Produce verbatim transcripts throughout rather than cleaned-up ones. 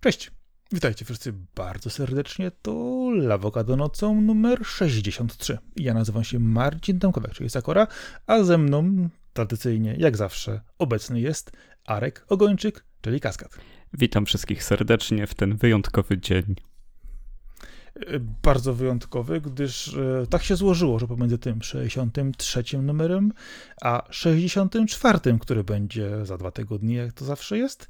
Cześć, witajcie wszyscy bardzo serdecznie, to Lawokado nocą numer sześćdziesiąt trzy. Ja nazywam się Marcin Tomkowiak, czyli Sakora, a ze mną tradycyjnie, jak zawsze, obecny jest Arek Ogończyk, czyli Kaskad. Witam wszystkich serdecznie w ten wyjątkowy dzień. Bardzo wyjątkowy, gdyż e, tak się złożyło, że pomiędzy tym sześćdziesiątym trzecim numerem, a sześćdziesiątym czwartym, który będzie za dwa tygodnie, jak to zawsze jest,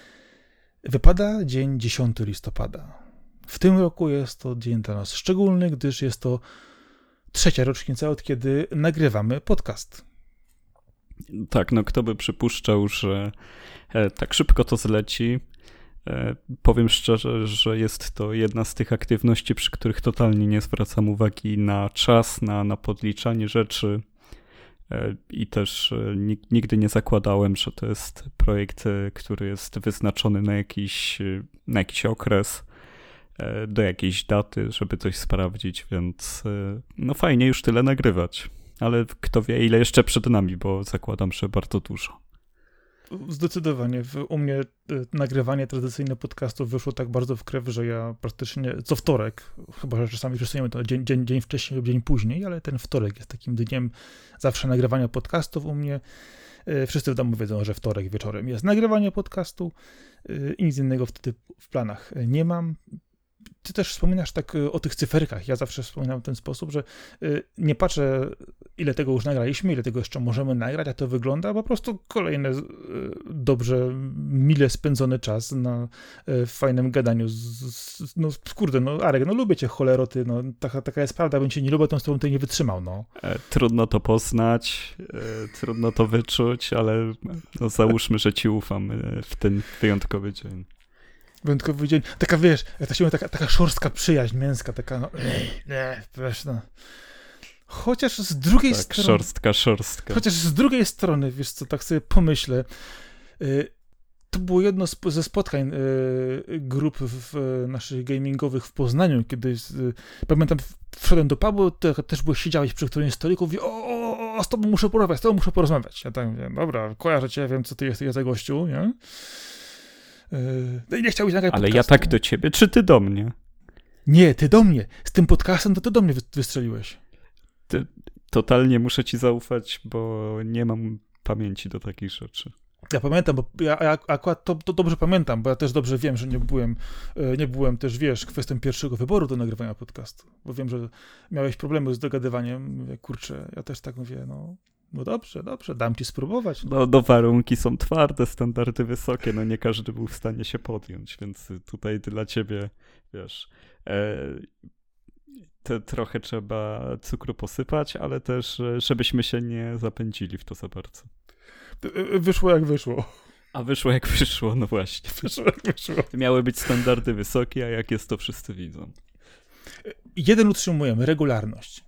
wypada dzień dziesiątego listopada. W tym roku jest to dzień dla nas szczególny, gdyż jest to trzecia rocznica, od kiedy nagrywamy podcast. Tak, no kto by przypuszczał, że e, tak szybko to zleci. E, powiem szczerze, że jest to jedna z tych aktywności, przy których totalnie nie zwracam uwagi na czas, na, na podliczanie rzeczy. I też nigdy nie zakładałem, że to jest projekt, który jest wyznaczony na jakiś, na jakiś okres, do jakiejś daty, żeby coś sprawdzić, więc no fajnie już tyle nagrywać. Ale kto wie, ile jeszcze przed nami, bo zakładam, że bardzo dużo. Zdecydowanie. U mnie nagrywanie tradycyjnych podcastów wyszło tak bardzo w krew, że ja praktycznie co wtorek, chyba że czasami przesuniemy to dzień, dzień, dzień wcześniej lub dzień później, ale ten wtorek jest takim dniem zawsze nagrywania podcastów u mnie. Wszyscy w domu wiedzą, że wtorek wieczorem jest nagrywanie podcastu i nic innego wtedy w planach nie mam. Ty też wspominasz tak o tych cyferkach. Ja zawsze wspominam w ten sposób, że nie patrzę, ile tego już nagraliśmy, ile tego jeszcze możemy nagrać, jak to wygląda. Po prostu kolejny dobrze, mile spędzony czas na fajnym gadaniu. Z, no kurde, no Arek, no lubię cię, cholero, ty, no taka, taka jest prawda, bym cię nie lubił, to z tobą ty nie wytrzymał, no. E, trudno to poznać, e, trudno to wyczuć, ale no, załóżmy, że ci ufam w ten wyjątkowy dzień. Wyjątkowy dzień. Taka, wiesz, jak to się mówi, taka, taka szorstka przyjaźń męska, taka, no, nie, wiesz, no. Chociaż z drugiej tak, strony... szorstka, szorstka. Chociaż z drugiej strony, wiesz co, tak sobie pomyślę, y, to było jedno z, ze spotkań y, grup w, y, naszych gamingowych w Poznaniu, kiedy y, pamiętam, wszedłem do pubu, to też byłeś, siedziałeś przy którymś stoliku, mówię, o, o, o, z tobą muszę porozmawiać, z tobą muszę porozmawiać. Ja tak mówię, dobra, kojarzę cię, wiem, co ty jesteś za gościu, nie? No i nie chciałbyś nagrać Ale podcastu. ja tak do ciebie, czy ty do mnie? Nie, ty do mnie. Z tym podcastem to ty do mnie wystrzeliłeś. Ty, totalnie muszę ci zaufać, bo nie mam pamięci do takich rzeczy. Ja pamiętam, bo ja, ja akurat to, to dobrze pamiętam, bo ja też dobrze wiem, że nie byłem, nie byłem też, wiesz, kwestią pierwszego wyboru do nagrywania podcastu, bo wiem, że miałeś problemy z dogadywaniem. Mówię, kurczę, ja też tak mówię, no... No dobrze, dobrze, dam ci spróbować. No, no warunki są twarde, standardy wysokie, no nie każdy był w stanie się podjąć, więc tutaj dla ciebie, wiesz, e, te, trochę trzeba cukru posypać, ale też, żebyśmy się nie zapędzili w to za bardzo. Wyszło jak wyszło. A wyszło jak wyszło, no właśnie. Wyszło jak wyszło. Miały być standardy wysokie, a jak jest, to wszyscy widzą. Jeden utrzymujemy, regularność.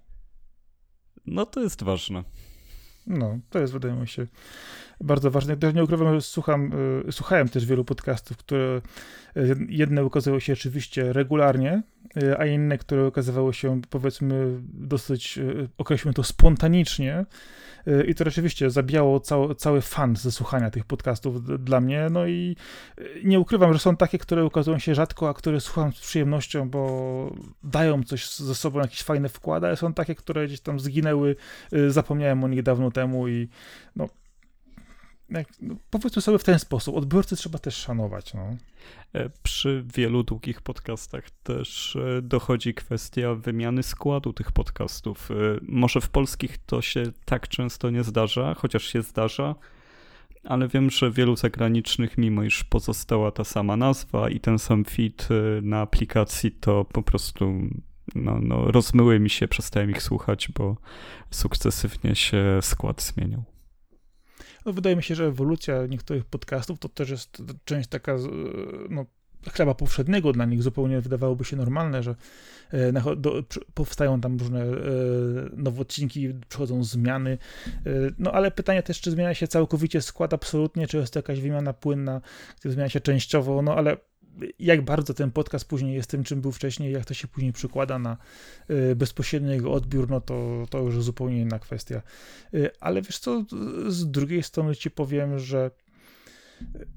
No to jest ważne. No, to jest, wydaje mi się, bardzo ważne. Ja nie ukrywam, że słucham, y, słuchałem też wielu podcastów, które y, jedne ukazywały się oczywiście regularnie, y, a inne, które okazywały się, powiedzmy, dosyć, y, określmy to, spontanicznie. Y, I to rzeczywiście zabijało cały, cały fan ze słuchania tych podcastów d- dla mnie. No i y, nie ukrywam, że są takie, które ukazują się rzadko, a które słucham z przyjemnością, bo dają coś ze sobą, jakiś fajny wkład, ale są takie, które gdzieś tam zginęły, y, zapomniałem o nich dawno temu i no, jak, no, powiedzmy sobie w ten sposób, odbiorcy trzeba też szanować. No. Przy wielu długich podcastach też dochodzi kwestia wymiany składu tych podcastów. Może w polskich to się tak często nie zdarza, chociaż się zdarza, ale wiem, że wielu zagranicznych, mimo iż pozostała ta sama nazwa i ten sam feed na aplikacji, to po prostu no, no, rozmyły mi się, przestałem ich słuchać, bo sukcesywnie się skład zmieniał. No, wydaje mi się, że ewolucja niektórych podcastów to też jest część taka no, chleba powszedniego dla nich. Zupełnie wydawałoby się normalne, że e, do, powstają tam różne e, nowe odcinki, przychodzą zmiany. E, no ale pytanie też, czy zmienia się całkowicie skład? Absolutnie, czy jest to jakaś wymiana płynna, czy zmienia się częściowo? No ale jak bardzo ten podcast później jest tym, czym był wcześniej, jak to się później przykłada na y, bezpośredni jego odbiór, no to, to już zupełnie inna kwestia. Y, ale wiesz co, z drugiej strony ci powiem, że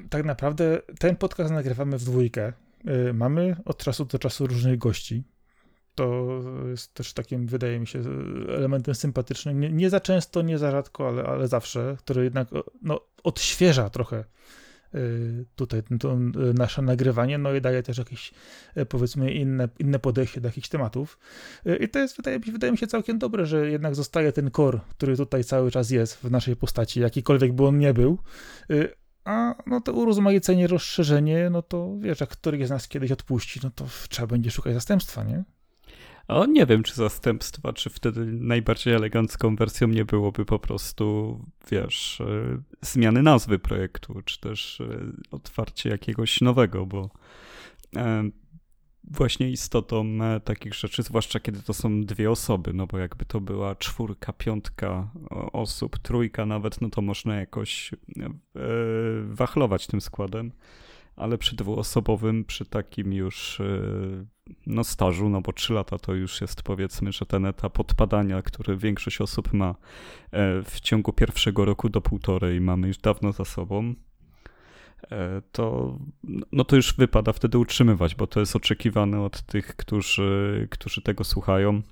tak naprawdę ten podcast nagrywamy w dwójkę. Mamy od czasu do czasu różnych gości. To jest też takim, wydaje mi się, elementem sympatycznym. Nie, nie za często, nie za rzadko, ale, ale zawsze, który jednak no, odświeża trochę tutaj to nasze nagrywanie, no i daje też jakieś, powiedzmy, inne, inne podejście do jakichś tematów. I to jest, wydaje, wydaje mi się, całkiem dobre, że jednak zostaje ten core, który tutaj cały czas jest w naszej postaci, jakikolwiek by on nie był. A no to urozmaicenie, rozszerzenie, no to wiesz, jak któryś z nas kiedyś odpuści, no to trzeba będzie szukać zastępstwa, nie? O, nie wiem, czy zastępstwa, czy wtedy najbardziej elegancką wersją nie byłoby po prostu, wiesz, yy, zmiany nazwy projektu, czy też yy, otwarcie jakiegoś nowego, bo yy, właśnie istotą yy, takich rzeczy, zwłaszcza kiedy to są dwie osoby, no bo jakby to była czwórka, piątka osób, trójka nawet, no to można jakoś yy, wachlować tym składem. Ale przy dwuosobowym, przy takim już no stażu, no bo trzy lata to już jest, powiedzmy, że ten etap odpadania, który większość osób ma w ciągu pierwszego roku do półtorej, mamy już dawno za sobą, to, no to już wypada wtedy utrzymywać, bo to jest oczekiwane od tych, którzy, którzy tego słuchają.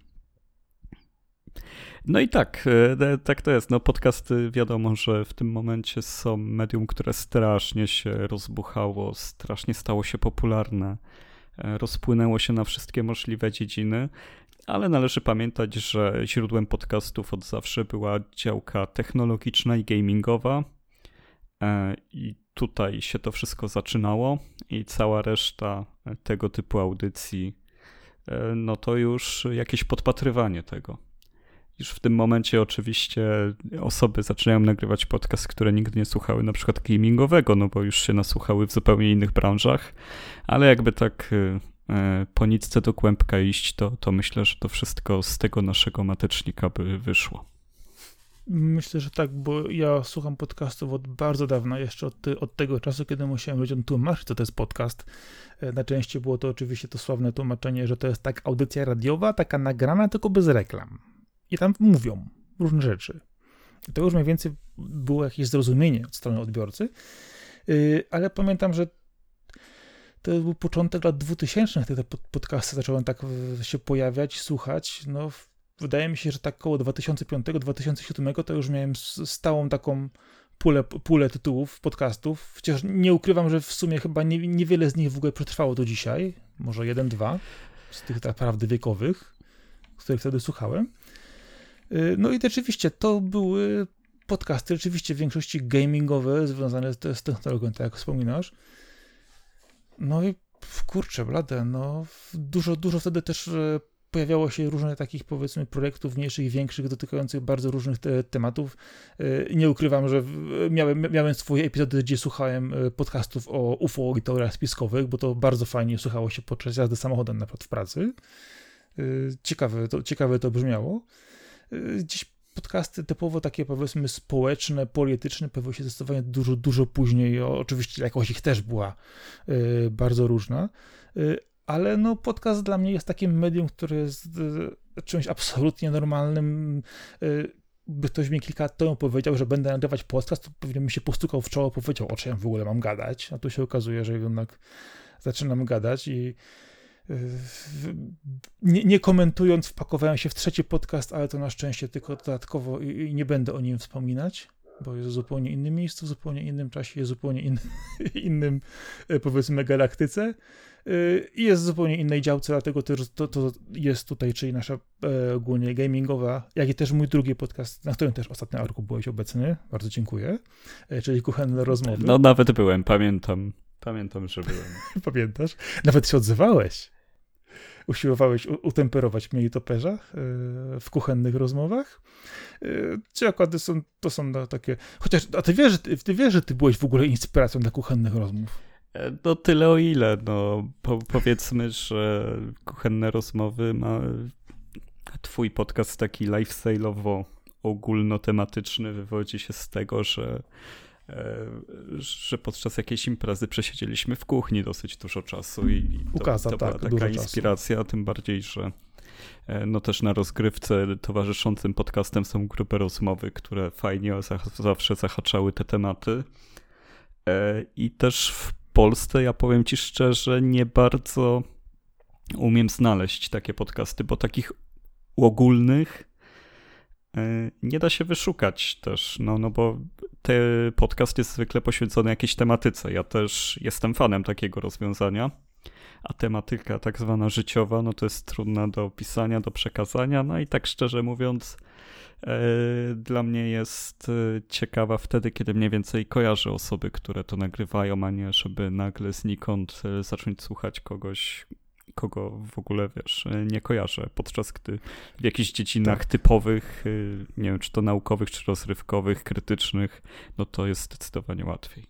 No i tak, tak to jest. No podcasty, wiadomo, że w tym momencie są medium, które strasznie się rozbuchało, strasznie stało się popularne, rozpłynęło się na wszystkie możliwe dziedziny, ale należy pamiętać, że źródłem podcastów od zawsze była działka technologiczna i gamingowa i tutaj się to wszystko zaczynało i cała reszta tego typu audycji, no to już jakieś podpatrywanie tego. Już w tym momencie oczywiście osoby zaczynają nagrywać podcast, które nigdy nie słuchały na przykład gamingowego, no bo już się nasłuchały w zupełnie innych branżach, ale jakby tak po nitce do kłębka iść, to, to myślę, że to wszystko z tego naszego matecznika by wyszło. Myślę, że tak, bo ja słucham podcastów od bardzo dawna, jeszcze od, od tego czasu, kiedy musiałem ludziom tłumaczyć, co to jest podcast. Najczęściej było to oczywiście to sławne tłumaczenie, że to jest tak audycja radiowa, taka nagrana, tylko bez reklam. I tam mówią różne rzeczy. I to już mniej więcej było jakieś zrozumienie od strony odbiorcy, yy, ale pamiętam, że to był początek lat dwutysięcznych, te podcasty zacząłem tak się pojawiać, słuchać. No, wydaje mi się, że tak około dwa tysiące piątego do dwa tysiące siódmego to już miałem stałą taką pulę, pulę tytułów, podcastów. Chociaż nie ukrywam, że w sumie chyba nie, niewiele z nich w ogóle przetrwało do dzisiaj. Może jeden, dwa z tych naprawdę wiekowych, z których wtedy słuchałem. No i rzeczywiście to były podcasty, rzeczywiście w większości gamingowe, związane z, z technologią, tak jak wspominasz. No i kurczę, blade, no dużo, dużo wtedy też pojawiało się różne takich, powiedzmy, projektów mniejszych, większych, dotykających bardzo różnych te, tematów. Nie ukrywam, że miałem, miałem swoje epizody, gdzie słuchałem podcastów o U F O i teoriach spiskowych, bo to bardzo fajnie słuchało się podczas jazdy samochodem na przykład w pracy. Ciekawe to, ciekawe to brzmiało. Gdzieś podcasty typowo takie, powiedzmy, społeczne, polityczne pojawiły się zdecydowanie dużo, dużo później. Oczywiście jakość ich też była y, bardzo różna, y, ale no podcast dla mnie jest takim medium, które jest y, czymś absolutnie normalnym. Y, by ktoś mi kilka lat temu powiedział, że będę nagrywać podcast, to pewnie mi się postukał w czoło, powiedział, o czym ja w ogóle mam gadać. A tu się okazuje, że jednak zaczynam gadać i Nie, nie komentując, wpakowałem się w trzeci podcast, ale to na szczęście tylko dodatkowo i, i nie będę o nim wspominać, bo jest w zupełnie innym miejscu, w zupełnie innym czasie, jest w zupełnie in, innym, powiedzmy, galaktyce i jest w zupełnie innej działce, dlatego też to, to jest tutaj, czyli nasza e, ogólnie gamingowa, jak i też mój drugi podcast, na którym też ostatnio, Arku, byłeś obecny, bardzo dziękuję, e, czyli Kuchenne Rozmowy. No nawet byłem, pamiętam, pamiętam, że byłem. Pamiętasz? Nawet się odzywałeś. Usiłowałeś utemperować mnie i toperza w kuchennych rozmowach. Ci akłady są, to są takie... Chociaż, a ty wiesz, ty, ty wiesz, że ty byłeś w ogóle inspiracją dla kuchennych rozmów? No tyle o ile, no po, powiedzmy, że Kuchenne Rozmowy ma twój podcast taki lifestyle'owo ogólnotematyczny wywodzi się z tego, że że podczas jakiejś imprezy przesiedzieliśmy w kuchni dosyć dużo czasu i to, Ukaza, to tak, była taka inspiracja, czasu. Tym bardziej, że no też na rozgrywce towarzyszącym podcastem są grupy rozmowy, które fajnie zawsze zahaczały te tematy. I też w Polsce, ja powiem ci szczerze, nie bardzo umiem znaleźć takie podcasty, bo takich ogólnych nie da się wyszukać też, no, no bo ten podcast jest zwykle poświęcony jakiejś tematyce. Ja też jestem fanem takiego rozwiązania, a tematyka tak zwana życiowa, no to jest trudna do opisania, do przekazania, no i tak szczerze mówiąc dla mnie jest ciekawa wtedy, kiedy mniej więcej kojarzę osoby, które to nagrywają, a nie żeby nagle znikąd zacząć słuchać kogoś, kogo w ogóle, wiesz, nie kojarzę, podczas gdy w jakichś dziedzinach tak. typowych, nie wiem, czy to naukowych, czy rozrywkowych, krytycznych, no to jest zdecydowanie łatwiej.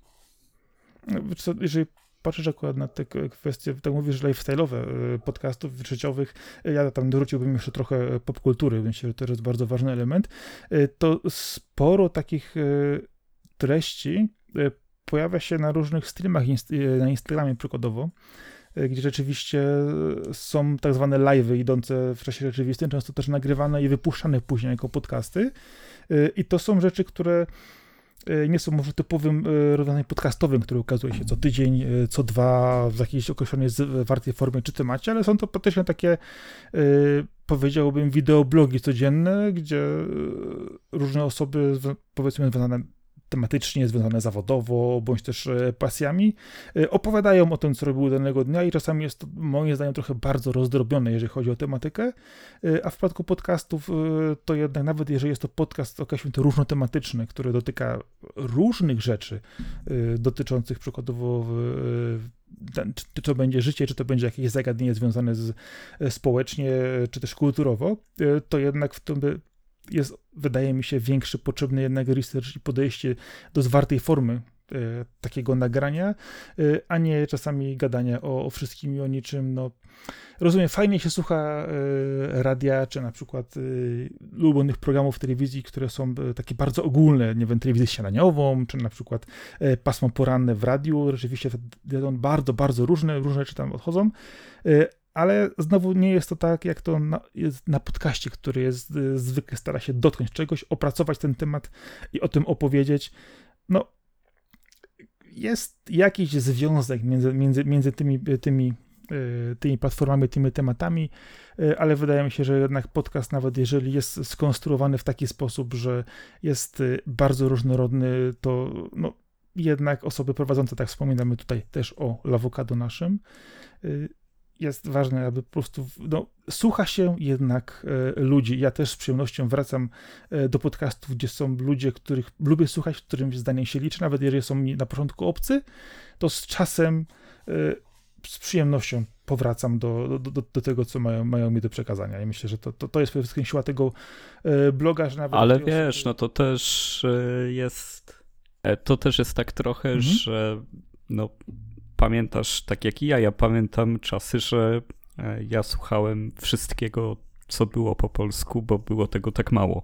Co, jeżeli patrzysz akurat na te kwestie, tak mówisz, lifestyle'owe podcastów życiowych, ja tam dorzuciłbym jeszcze trochę popkultury, myślę, że to jest bardzo ważny element, to sporo takich treści pojawia się na różnych streamach na Instagramie przykładowo, gdzie rzeczywiście są tak zwane live'y idące w czasie rzeczywistym, często też nagrywane i wypuszczane później jako podcasty. I to są rzeczy, które nie są może typowym rozwiązaniem podcastowym, który ukazuje się co tydzień, co dwa, w jakiejś określonej zwartej formie czy temacie, ale są to praktycznie takie, powiedziałbym, wideoblogi codzienne, gdzie różne osoby, powiedzmy, związane tematycznie, związane zawodowo, bądź też pasjami, opowiadają o tym, co robiły danego dnia i czasami jest to, moim zdaniem, trochę bardzo rozdrobnione, jeżeli chodzi o tematykę, a w przypadku podcastów to jednak, nawet jeżeli jest to podcast określony różnotematyczny, który dotyka różnych rzeczy dotyczących przykładowo czy to będzie życie, czy to będzie jakieś zagadnienie związane z, społecznie, czy też kulturowo, to jednak w tym jest, wydaje mi się, większy potrzebny jednak research i podejście do zwartej formy e, takiego nagrania, e, a nie czasami gadania o, o wszystkim i o niczym. No, rozumiem, fajnie się słucha e, radia, czy na przykład e, ulubionych programów telewizji, które są e, takie bardzo ogólne, nie wiem, telewizję śniadaniową, czy na przykład e, pasmo poranne w radiu. Rzeczywiście to bardzo, bardzo różne, różne rzeczy tam odchodzą. E, Ale znowu nie jest to tak, jak to na, jest na podcaście, który jest zwykle stara się dotknąć czegoś, opracować ten temat i o tym opowiedzieć. No, jest jakiś związek między, między, między tymi, tymi, tymi platformami, tymi tematami, ale wydaje mi się, że jednak podcast, nawet jeżeli jest skonstruowany w taki sposób, że jest bardzo różnorodny, to no, jednak osoby prowadzące, tak wspominamy tutaj też o Lawokado naszym, jest ważne, aby po prostu, no, słucha się jednak e, ludzi. Ja też z przyjemnością wracam e, do podcastów, gdzie są ludzie, których lubię słuchać, którym zdaniem się liczy, nawet jeżeli są mi na początku obcy, to z czasem e, z przyjemnością powracam do, do, do, do tego, co mają, mają mi do przekazania. I myślę, że to, to, to jest przede wszystkim siła tego e, bloga, że nawet... Ale wiesz, osoby... no to też jest, to też jest tak trochę, mhm. że no... Pamiętasz, tak jak i ja, ja pamiętam czasy, że ja słuchałem wszystkiego, co było po polsku, bo było tego tak mało.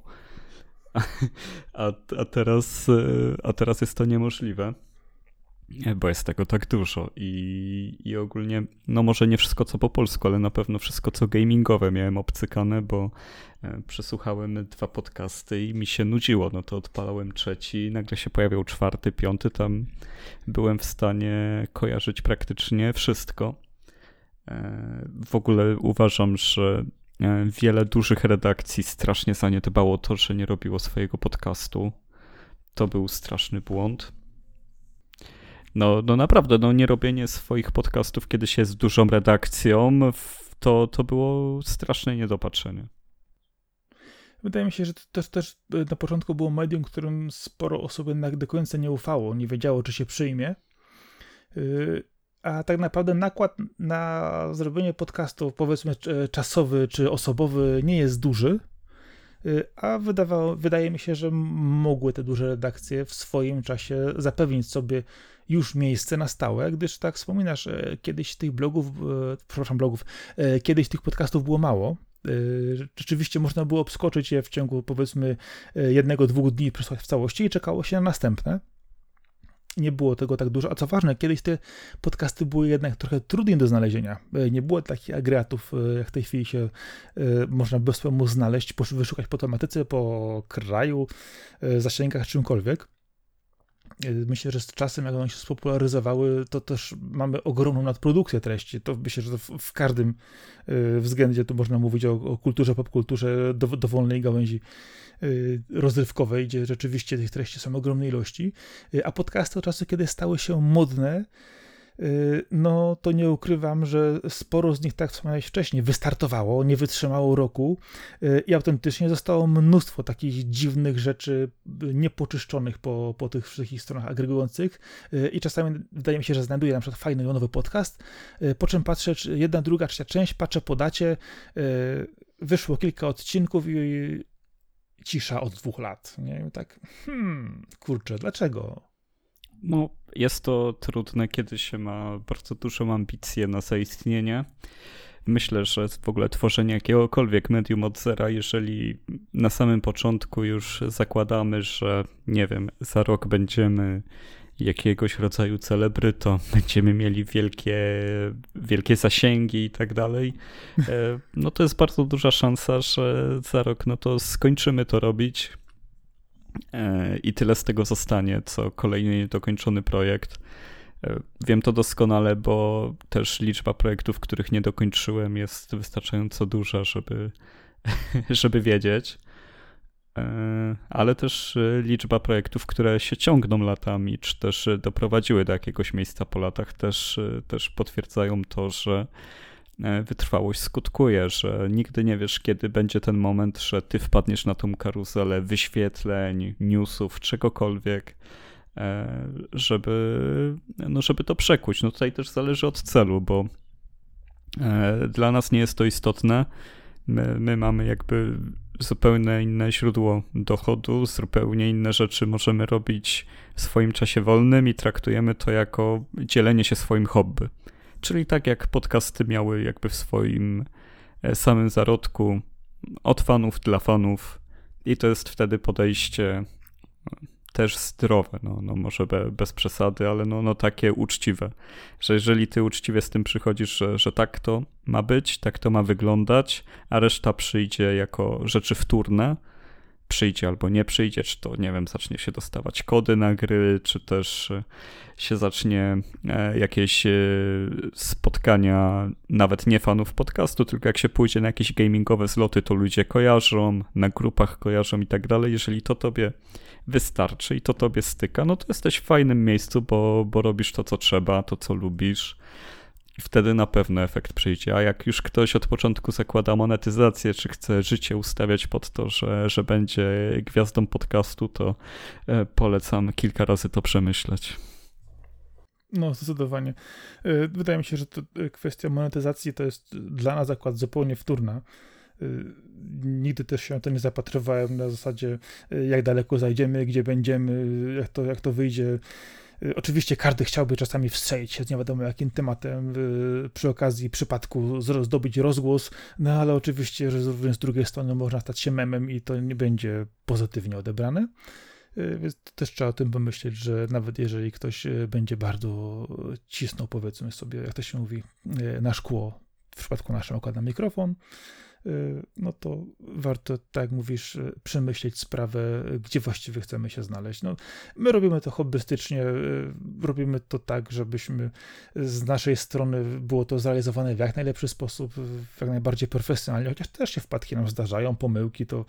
A, a, teraz, a teraz jest to niemożliwe, bo jest tego tak dużo i, i ogólnie, no może nie wszystko, co po polsku, ale na pewno wszystko, co gamingowe miałem obcykane, bo przesłuchałem dwa podcasty i mi się nudziło, no to odpalałem trzeci, nagle się pojawiał czwarty, piąty, tam byłem w stanie kojarzyć praktycznie wszystko. W ogóle uważam, że wiele dużych redakcji strasznie zaniedbało to, że nie robiło swojego podcastu. To był straszny błąd. No, no naprawdę, no nie robienie swoich podcastów, kiedy się jest dużą redakcją, to, to było straszne niedopatrzenie. Wydaje mi się, że to też, też na początku było medium, którym sporo osób jednak do końca nie ufało, nie wiedziało, czy się przyjmie. A tak naprawdę nakład na zrobienie podcastu, powiedzmy czasowy czy osobowy, nie jest duży. A wydawało, wydaje mi się, że mogły te duże redakcje w swoim czasie zapewnić sobie już miejsce na stałe, gdyż tak wspominasz, kiedyś tych blogów, przepraszam, blogów, kiedyś tych podcastów było mało. Rzeczywiście można było obskoczyć je w ciągu, powiedzmy, jednego, dwóch dni, przesłać w całości i czekało się na następne. Nie było tego tak dużo, a co ważne, kiedyś te podcasty były jednak trochę trudniej do znalezienia. Nie było takich agregatów, jak w tej chwili się można bez problemu znaleźć, wyszukać po tematyce, po kraju, zasięgach, czymkolwiek. Myślę, że z czasem, jak one się spopularyzowały, to też mamy ogromną nadprodukcję treści. To myślę, że to w, w każdym względzie tu można mówić o, o kulturze, popkulturze, do, dowolnej gałęzi rozrywkowej, gdzie rzeczywiście tych treści są ogromne ilości, a podcasty od czasu, kiedy stały się modne, no to nie ukrywam, że sporo z nich, tak jak wspomniałeś wcześniej, wystartowało, nie wytrzymało roku i autentycznie zostało mnóstwo takich dziwnych rzeczy niepoczyszczonych po, po tych wszystkich stronach agregujących i czasami wydaje mi się, że znajduję na przykład fajny nowy podcast, po czym patrzę, czy jedna, druga, trzecia część, patrzę po dacie, wyszło kilka odcinków i cisza od dwóch lat. Nie? I tak, hmm, kurczę, dlaczego? No, jest to trudne, kiedy się ma bardzo dużą ambicję na zaistnienie. Myślę, że w ogóle tworzenie jakiegokolwiek medium od zera, jeżeli na samym początku już zakładamy, że nie wiem, za rok będziemy jakiegoś rodzaju celebrytą, będziemy mieli wielkie, wielkie zasięgi i tak dalej, no to jest bardzo duża szansa, że za rok no to skończymy to robić i tyle z tego zostanie, co kolejny niedokończony projekt. Wiem to doskonale, bo też liczba projektów, których nie dokończyłem, jest wystarczająco duża, żeby, żeby wiedzieć. Ale też liczba projektów, które się ciągną latami, czy też doprowadziły do jakiegoś miejsca po latach, też, też potwierdzają to, że wytrwałość skutkuje, że nigdy nie wiesz, kiedy będzie ten moment, że ty wpadniesz na tą karuzelę wyświetleń, newsów, czegokolwiek, żeby, no żeby to przekuć. No tutaj też zależy od celu, bo dla nas nie jest to istotne. My, my mamy jakby zupełnie inne źródło dochodu, zupełnie inne rzeczy możemy robić w swoim czasie wolnym i traktujemy to jako dzielenie się swoim hobby. Czyli tak jak podcasty miały jakby w swoim samym zarodku od fanów dla fanów i to jest wtedy podejście też zdrowe, no, no może be, bez przesady, ale no, no takie uczciwe, że jeżeli ty uczciwie z tym przychodzisz, że, że tak to ma być, tak to ma wyglądać, a reszta przyjdzie jako rzeczy wtórne, przyjdzie albo nie przyjdzie, czy to, nie wiem, zacznie się dostawać kody na gry, czy też się zacznie jakieś spotkania, nawet nie fanów podcastu, tylko jak się pójdzie na jakieś gamingowe zloty, to ludzie kojarzą, na grupach kojarzą i tak dalej. Jeżeli to tobie wystarczy i to tobie styka, no to jesteś w fajnym miejscu, bo, bo robisz to, co trzeba, to, co lubisz. I wtedy na pewno efekt przyjdzie. A jak już ktoś od początku zakłada monetyzację, czy chce życie ustawiać pod to, że, że będzie gwiazdą podcastu, to polecam kilka razy to przemyśleć. No, zdecydowanie. Wydaje mi się, że to kwestia monetyzacji to jest dla nas akurat zupełnie wtórna. Nigdy też się na to nie zapatrywałem na zasadzie, jak daleko zajdziemy, gdzie będziemy, jak to, jak to wyjdzie. Oczywiście każdy chciałby czasami wstrzelić się z nie wiadomo jakim tematem, przy okazji przypadku zdobyć rozgłos, no ale oczywiście, że również z drugiej strony można stać się memem i to nie będzie pozytywnie odebrane. Więc też trzeba o tym pomyśleć, że nawet jeżeli ktoś będzie bardzo cisnął, powiedzmy sobie, jak to się mówi, na szkło, w przypadku naszym akurat na mikrofon, no to warto, tak jak mówisz, przemyśleć sprawę, gdzie właściwie chcemy się znaleźć. No, my robimy to hobbystycznie, robimy to tak, żebyśmy z naszej strony było to zrealizowane w jak najlepszy sposób, w jak najbardziej profesjonalnie, chociaż też się wpadki nam zdarzają, pomyłki, to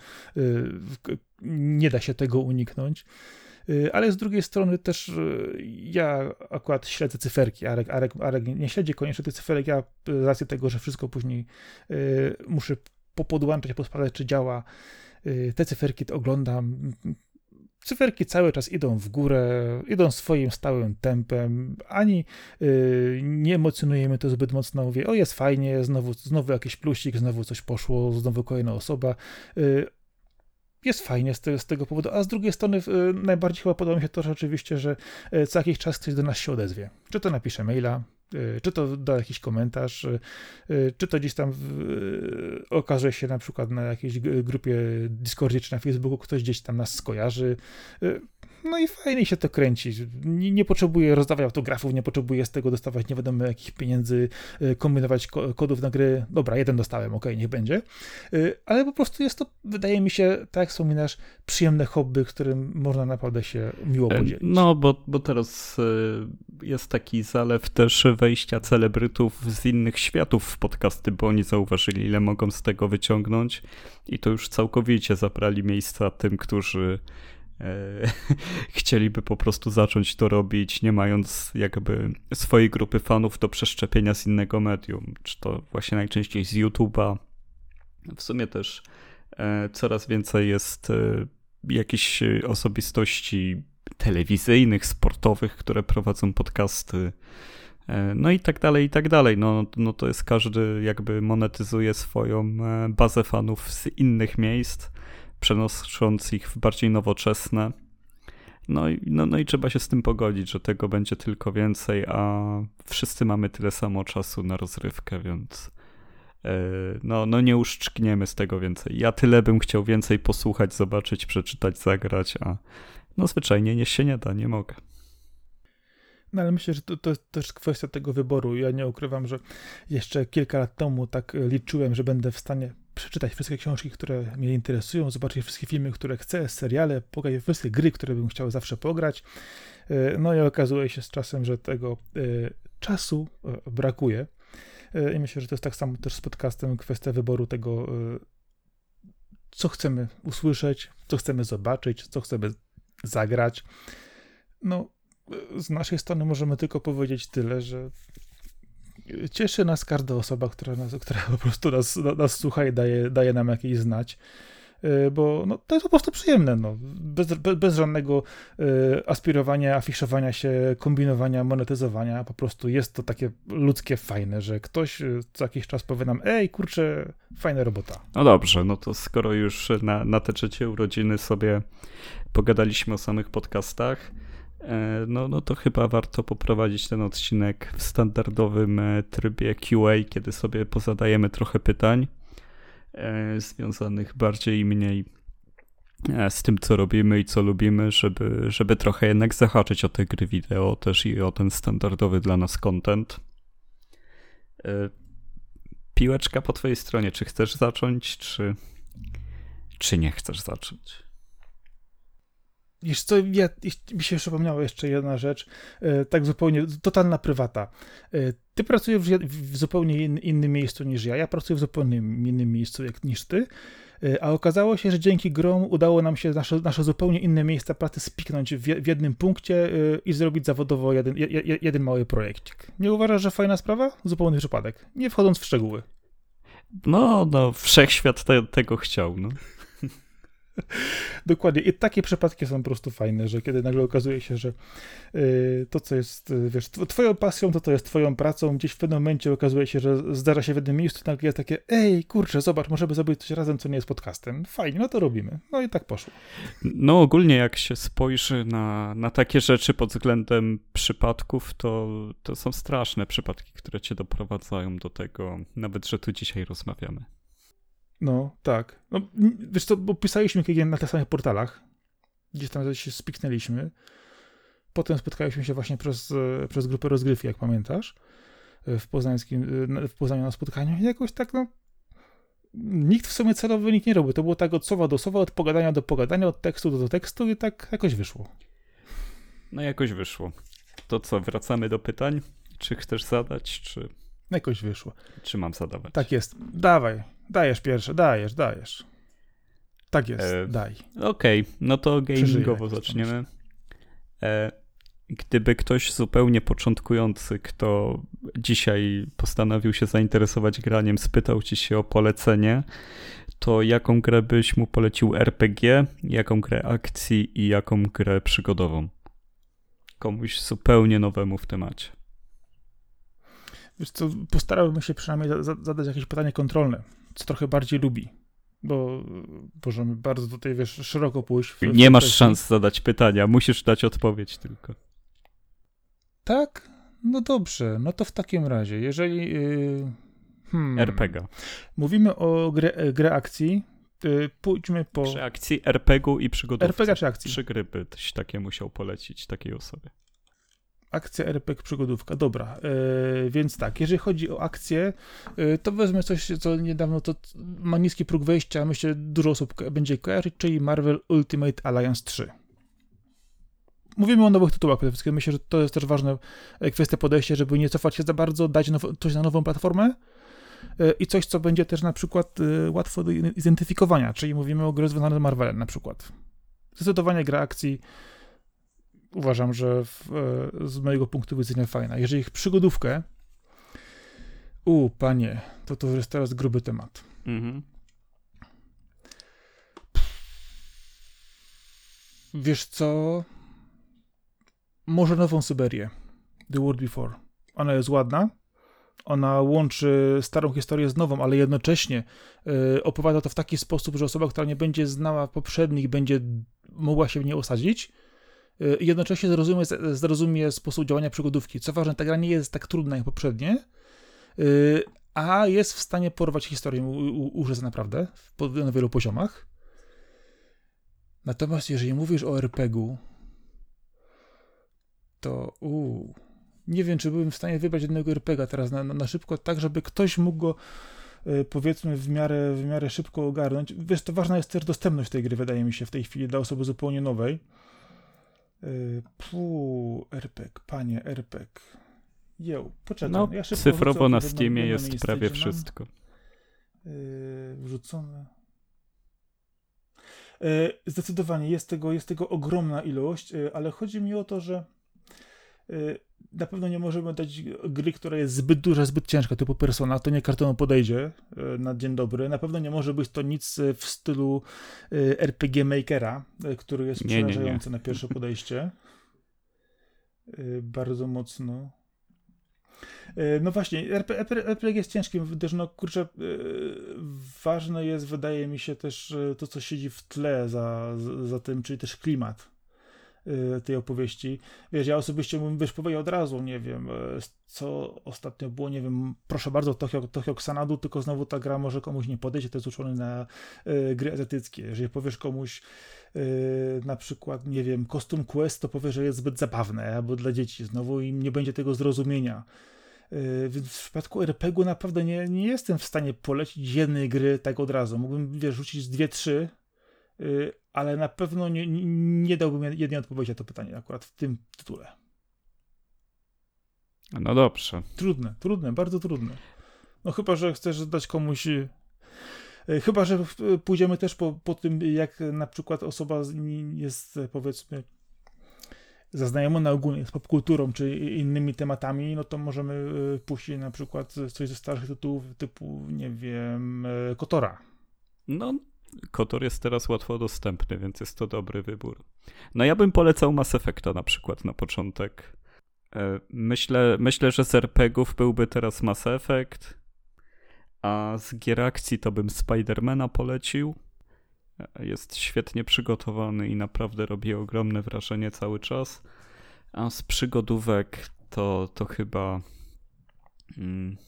nie da się tego uniknąć. Ale z drugiej strony też ja akurat śledzę cyferki, Arek, Arek, Arek nie śledzi koniecznie tych cyferek, ja z racji tego, że wszystko później y, muszę popodłączać, posprawdzać, czy działa, y, te cyferki to oglądam. Cyferki cały czas idą w górę, idą swoim stałym tempem, ani y, nie emocjonujemy to zbyt mocno, mówię, o jest fajnie, znowu, znowu jakiś plusik, znowu coś poszło, znowu kolejna osoba. Y, Jest fajnie z tego, z tego powodu, a z drugiej strony y, najbardziej chyba podoba mi się to, że oczywiście, że y, co jakiś czas ktoś do nas się odezwie. Czy to napisze maila, y, czy to da jakiś komentarz, y, y, czy to gdzieś tam y, okaże się na przykład na jakiejś grupie Discordzie czy na Facebooku, ktoś gdzieś tam nas skojarzy. Y, no i fajnie się to kręci. Nie, nie potrzebuję rozdawać autografów, nie potrzebuję z tego dostawać nie wiadomo jakich pieniędzy, kombinować kodów na gry. Dobra, jeden dostałem, okej, okay, niech będzie. Ale po prostu jest to, wydaje mi się, tak jak wspominasz, przyjemne hobby, którym można naprawdę się miło podzielić. No, bo, bo teraz jest taki zalew też wejścia celebrytów z innych światów w podcasty, bo oni zauważyli, ile mogą z tego wyciągnąć i to już całkowicie zabrali miejsca tym, którzy e, chcieliby po prostu zacząć to robić, nie mając jakby swojej grupy fanów do przeszczepienia z innego medium, czy to właśnie najczęściej z YouTube'a. W sumie też e, coraz więcej jest e, jakichś osobistości telewizyjnych, sportowych, które prowadzą podcasty, no i tak dalej, i tak dalej. No, no to jest każdy jakby monetyzuje swoją bazę fanów z innych miejsc, przenosząc ich w bardziej nowoczesne. No i, no, no i trzeba się z tym pogodzić, że tego będzie tylko więcej, a wszyscy mamy tyle samo czasu na rozrywkę, więc no, no nie uszczkniemy z tego więcej. Ja tyle bym chciał więcej posłuchać, zobaczyć, przeczytać, zagrać, a no zwyczajnie nie się nie da, nie mogę. No ale myślę, że to, to jest też kwestia tego wyboru. Ja nie ukrywam, że jeszcze kilka lat temu tak liczyłem, że będę w stanie przeczytać wszystkie książki, które mnie interesują, zobaczyć wszystkie filmy, które chcę, seriale, pograć wszystkie gry, które bym chciał zawsze pograć. No i okazuje się z czasem, że tego czasu brakuje. I myślę, że to jest tak samo też z podcastem, kwestia wyboru tego, co chcemy usłyszeć, co chcemy zobaczyć, co chcemy zagrać. No, z naszej strony możemy tylko powiedzieć tyle, że cieszy nas każda osoba, która, nas, która po prostu nas, nas słucha i daje, daje nam jakieś znać, bo no, to jest po prostu przyjemne, no. bez, bez, bez żadnego y, aspirowania, afiszowania się, kombinowania, monetyzowania, po prostu jest to takie ludzkie, fajne, że ktoś co jakiś czas powie nam, ej, kurczę, fajna robota. No dobrze, no to skoro już na, na te trzecie urodziny sobie pogadaliśmy o samych podcastach, No, no to chyba warto poprowadzić ten odcinek w standardowym trybie Q A, kiedy sobie pozadajemy trochę pytań e, związanych bardziej i mniej z tym, co robimy i co lubimy, żeby, żeby trochę jednak zahaczyć o te gry wideo też i o ten standardowy dla nas content. E, piłeczka po twojej stronie. Czy chcesz zacząć, czy, czy nie chcesz zacząć? Wiesz co, ja, mi się przypomniała jeszcze jedna rzecz, tak zupełnie, totalna prywata. Ty pracujesz w, w zupełnie in, innym miejscu niż ja, ja pracuję w zupełnie innym miejscu jak, niż ty, a okazało się, że dzięki grom udało nam się nasze, nasze zupełnie inne miejsca pracy spiknąć w, w jednym punkcie i zrobić zawodowo jeden, jeden mały projekcik. Nie uważasz, że fajna sprawa? Zupełny przypadek, nie wchodząc w szczegóły. No, no, wszechświat te, tego chciał, no. Dokładnie. I takie przypadki są po prostu fajne, że kiedy nagle okazuje się, że y, to, co jest, wiesz, twoją pasją, to to jest twoją pracą, gdzieś w pewnym momencie okazuje się, że zdarza się w jednym miejscu, nagle jest takie, ej, kurczę, zobacz, możemy zrobić coś razem, co nie jest podcastem. Fajnie, no to robimy. No i tak poszło. No ogólnie jak się spojrzy na, na takie rzeczy pod względem przypadków, to, to są straszne przypadki, które cię doprowadzają do tego, nawet, że tu dzisiaj rozmawiamy. No, tak. No, wiesz co, bo pisaliśmy kiedyś na tych samych portalach, gdzieś tam się spiknęliśmy, potem spotkaliśmy się właśnie przez, przez grupę rozgrywki, jak pamiętasz, w poznańskim, w Poznaniu na spotkaniu i jakoś tak, no, nikt w sumie celowo nikt nie robił, to było tak od słowa do słowa, od pogadania do pogadania, od tekstu do tekstu i tak jakoś wyszło. No jakoś wyszło. To co, wracamy do pytań? Czy chcesz zadać, czy... Jakoś wyszło. Czy mam zadawać? Tak jest. Dawaj. Dajesz pierwsze. Dajesz, dajesz. Tak jest. E, daj. Okej, okay. No to gamingowo zaczniemy. E, gdyby ktoś zupełnie początkujący, kto dzisiaj postanowił się zainteresować graniem, spytał ci się o polecenie, to jaką grę byś mu polecił R P G, jaką grę akcji i jaką grę przygodową? Komuś zupełnie nowemu w temacie. Wiesz co, postarałbym się przynajmniej zadać jakieś pytanie kontrolne, co trochę bardziej lubi, bo możemy bardzo tutaj, wiesz, szeroko pójść. W, Nie w masz kwestii. szans zadać pytania, musisz dać odpowiedź tylko. Tak? No dobrze, no to w takim razie, jeżeli... Yy, hmm, R P G. Mówimy o grę, grę akcji, Yy, pójdźmy po... Przy akcji er pe gu i przygodówce. er pe gie czy akcji? Trzy gry byś takie musiał polecić takiej osobie. Akcja, er pe gie, przygodówka. Dobra, yy, więc tak, jeżeli chodzi o akcję, yy, to wezmę coś, co niedawno to ma niski próg wejścia, myślę, dużo osób ko- będzie kojarzyć, czyli Marvel Ultimate Alliance trzy. Mówimy o nowych tytułach przede wszystkim. Myślę, że to jest też ważna kwestia podejścia, żeby nie cofać się za bardzo, dać now- coś na nową platformę yy, i coś, co będzie też na przykład yy, łatwo do identyfikowania, czyli mówimy o grze związanej z Marvelem na przykład. Zdecydowanie gra akcji uważam, że w, z mojego punktu widzenia fajna. Jeżeli ich przygodówkę, u, panie, to to jest teraz gruby temat. Mhm. Wiesz co? Może Nową Syberię. The World Before. Ona jest ładna. Ona łączy starą historię z nową, ale jednocześnie y, opowiada to w taki sposób, że osoba, która nie będzie znała poprzednich, będzie mogła się w nie osadzić. I jednocześnie zrozumie, zrozumie sposób działania przygodówki. Co ważne, ta gra nie jest tak trudna jak poprzednie, a jest w stanie porwać historię użyć naprawdę na wielu poziomach. Natomiast jeżeli mówisz o er pe gie u, to uu, nie wiem, czy byłem w stanie wybrać jednego er pe gie a teraz na, na, na szybko, tak żeby ktoś mógł go powiedzmy w miarę, w miarę szybko ogarnąć. Wiesz, to ważna jest też dostępność tej gry, wydaje mi się, w tej chwili dla osoby zupełnie nowej. Puu, er pe gie, panie, er pe gie. Jeł, poczekaj. No, ja cyfrowo na Steamie jest prawie wszystko. Yy, wrzucone. Yy, zdecydowanie jest tego, jest tego ogromna ilość, yy, ale chodzi mi o to, że yy, na pewno nie możemy dać gry, która jest zbyt duża, zbyt ciężka, typu Persona, to nie kartonu podejdzie yy, na dzień dobry. Na pewno nie może być to nic w stylu yy, er pe gie Makera, yy, który jest nie, przerażający nie, nie. na pierwsze podejście. Yy, bardzo mocno. No właśnie, er pe gie jest ciężkim, też no kurczę, yy, ważne jest, wydaje mi się też to, co siedzi w tle za, za tym, czyli też klimat yy, tej opowieści. Wiesz, ja osobiście bym wiesz, powiedział od razu, nie wiem, co ostatnio było, nie wiem, proszę bardzo, Tokyo, Tokyo Xanadu, tylko znowu ta gra może komuś nie podejść, to jest uczony na yy, gry azjatyckie. Jeżeli powiesz komuś yy, na przykład, nie wiem, Costume Quest, to powie, że jest zbyt zabawne, albo dla dzieci znowu i nie będzie tego zrozumienia. Yy, więc w przypadku er pe gie u naprawdę nie, nie jestem w stanie polecić jednej gry tak od razu. Mógłbym, wiesz, rzucić dwie, trzy, yy, ale na pewno nie, nie, nie dałbym jednej odpowiedzi na to pytanie akurat w tym tytule. No dobrze. Trudne, trudne, bardzo trudne. No chyba, że chcesz dać komuś... Yy, chyba, że pójdziemy też po, po tym, jak na przykład osoba jest, powiedzmy, zaznajomona ogólnie z popkulturą czy innymi tematami, no to możemy puścić na przykład coś ze starszych tytułów typu, nie wiem, Kotora. No, Kotor jest teraz łatwo dostępny, więc jest to dobry wybór. No ja bym polecał Mass Effecta na przykład na początek. Myślę, myślę, że z er pe gie ów byłby teraz Mass Effect, a z gier akcji to bym Spidermana polecił. Jest świetnie przygotowany i naprawdę robi ogromne wrażenie cały czas. A z przygodówek to, to chyba... Hmm,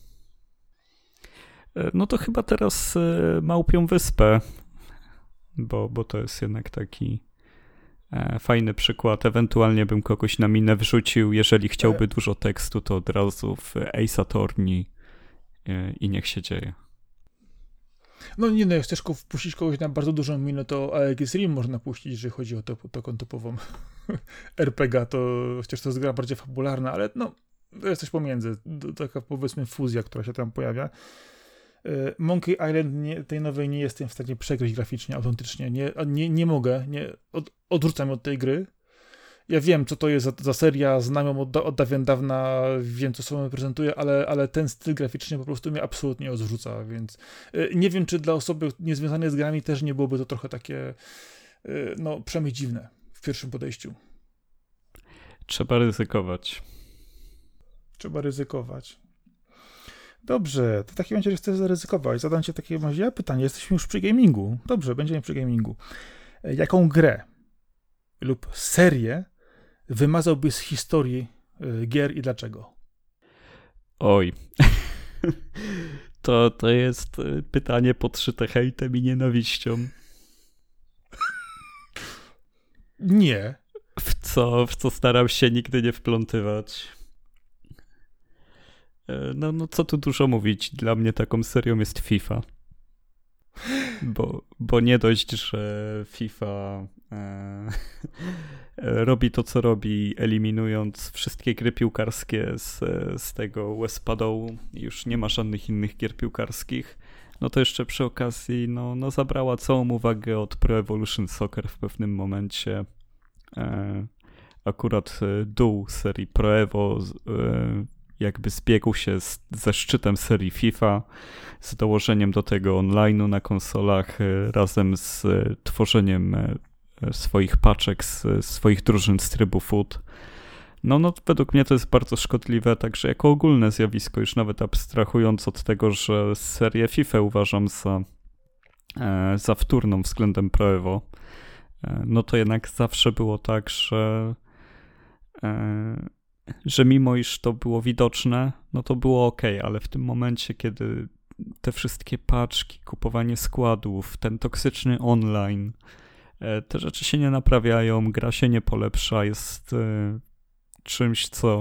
no to chyba teraz Małpią Wyspę, bo, bo to jest jednak taki e, fajny przykład. Ewentualnie bym kogoś na minę wrzucił. Jeżeli chciałby dużo tekstu, to od razu w Ace Attorney e, i niech się dzieje. No nie, no jak chcesz wpuścić kogoś na bardzo dużą minę, to A E G S R I M można puścić, jeżeli chodzi o to, taką typową er pe gie, to chociaż to jest gra bardziej fabularna, ale no, to jest coś pomiędzy, taka powiedzmy fuzja, która się tam pojawia. Monkey Island nie, tej nowej nie jestem w stanie przegryźć graficznie, autentycznie, nie, nie, nie mogę, nie, od, odrzucam od tej gry. Ja wiem, co to jest za, za seria, znam ją od, od dawien dawna, wiem, co sobą prezentuje, ale, ale ten styl graficzny po prostu mnie absolutnie odrzuca, więc y, nie wiem, czy dla osoby niezwiązanej z grami też nie byłoby to trochę takie, y, no, przynajmniej dziwne w pierwszym podejściu. Trzeba ryzykować. Trzeba ryzykować. Dobrze, to w takim razie chcę zaryzykować. Zadam ci takie ja pytanie, jesteśmy już przy gamingu. Dobrze, będziemy przy gamingu. Jaką grę lub serię wymazałbyś z historii y, gier i dlaczego? Oj. to, to jest pytanie podszyte hejtem i nienawiścią. Nie. W co, w co staram się nigdy nie wplątywać. No, no co tu dużo mówić, dla mnie taką serią jest FIFA. Bo, bo nie dość, że FIFA e, robi to, co robi, eliminując wszystkie gry piłkarskie z, z tego Westpadołu, już nie ma żadnych innych gier piłkarskich, no to jeszcze przy okazji no, no zabrała całą uwagę od Pro Evolution Soccer w pewnym momencie. E, akurat dół serii Pro Evo e, jakby zbiegł się z, ze szczytem serii FIFA, z dołożeniem do tego online'u na konsolach, razem z tworzeniem swoich paczek, z swoich drużyn z trybu foot. No, no według mnie to jest bardzo szkodliwe, także jako ogólne zjawisko, już nawet abstrahując od tego, że serię FIFA uważam za, za wtórną względem Pro Evo, no to jednak zawsze było tak, że że mimo iż to było widoczne, no to było ok, ale w tym momencie, kiedy te wszystkie paczki, kupowanie składów, ten toksyczny online, te rzeczy się nie naprawiają, gra się nie polepsza, jest czymś, co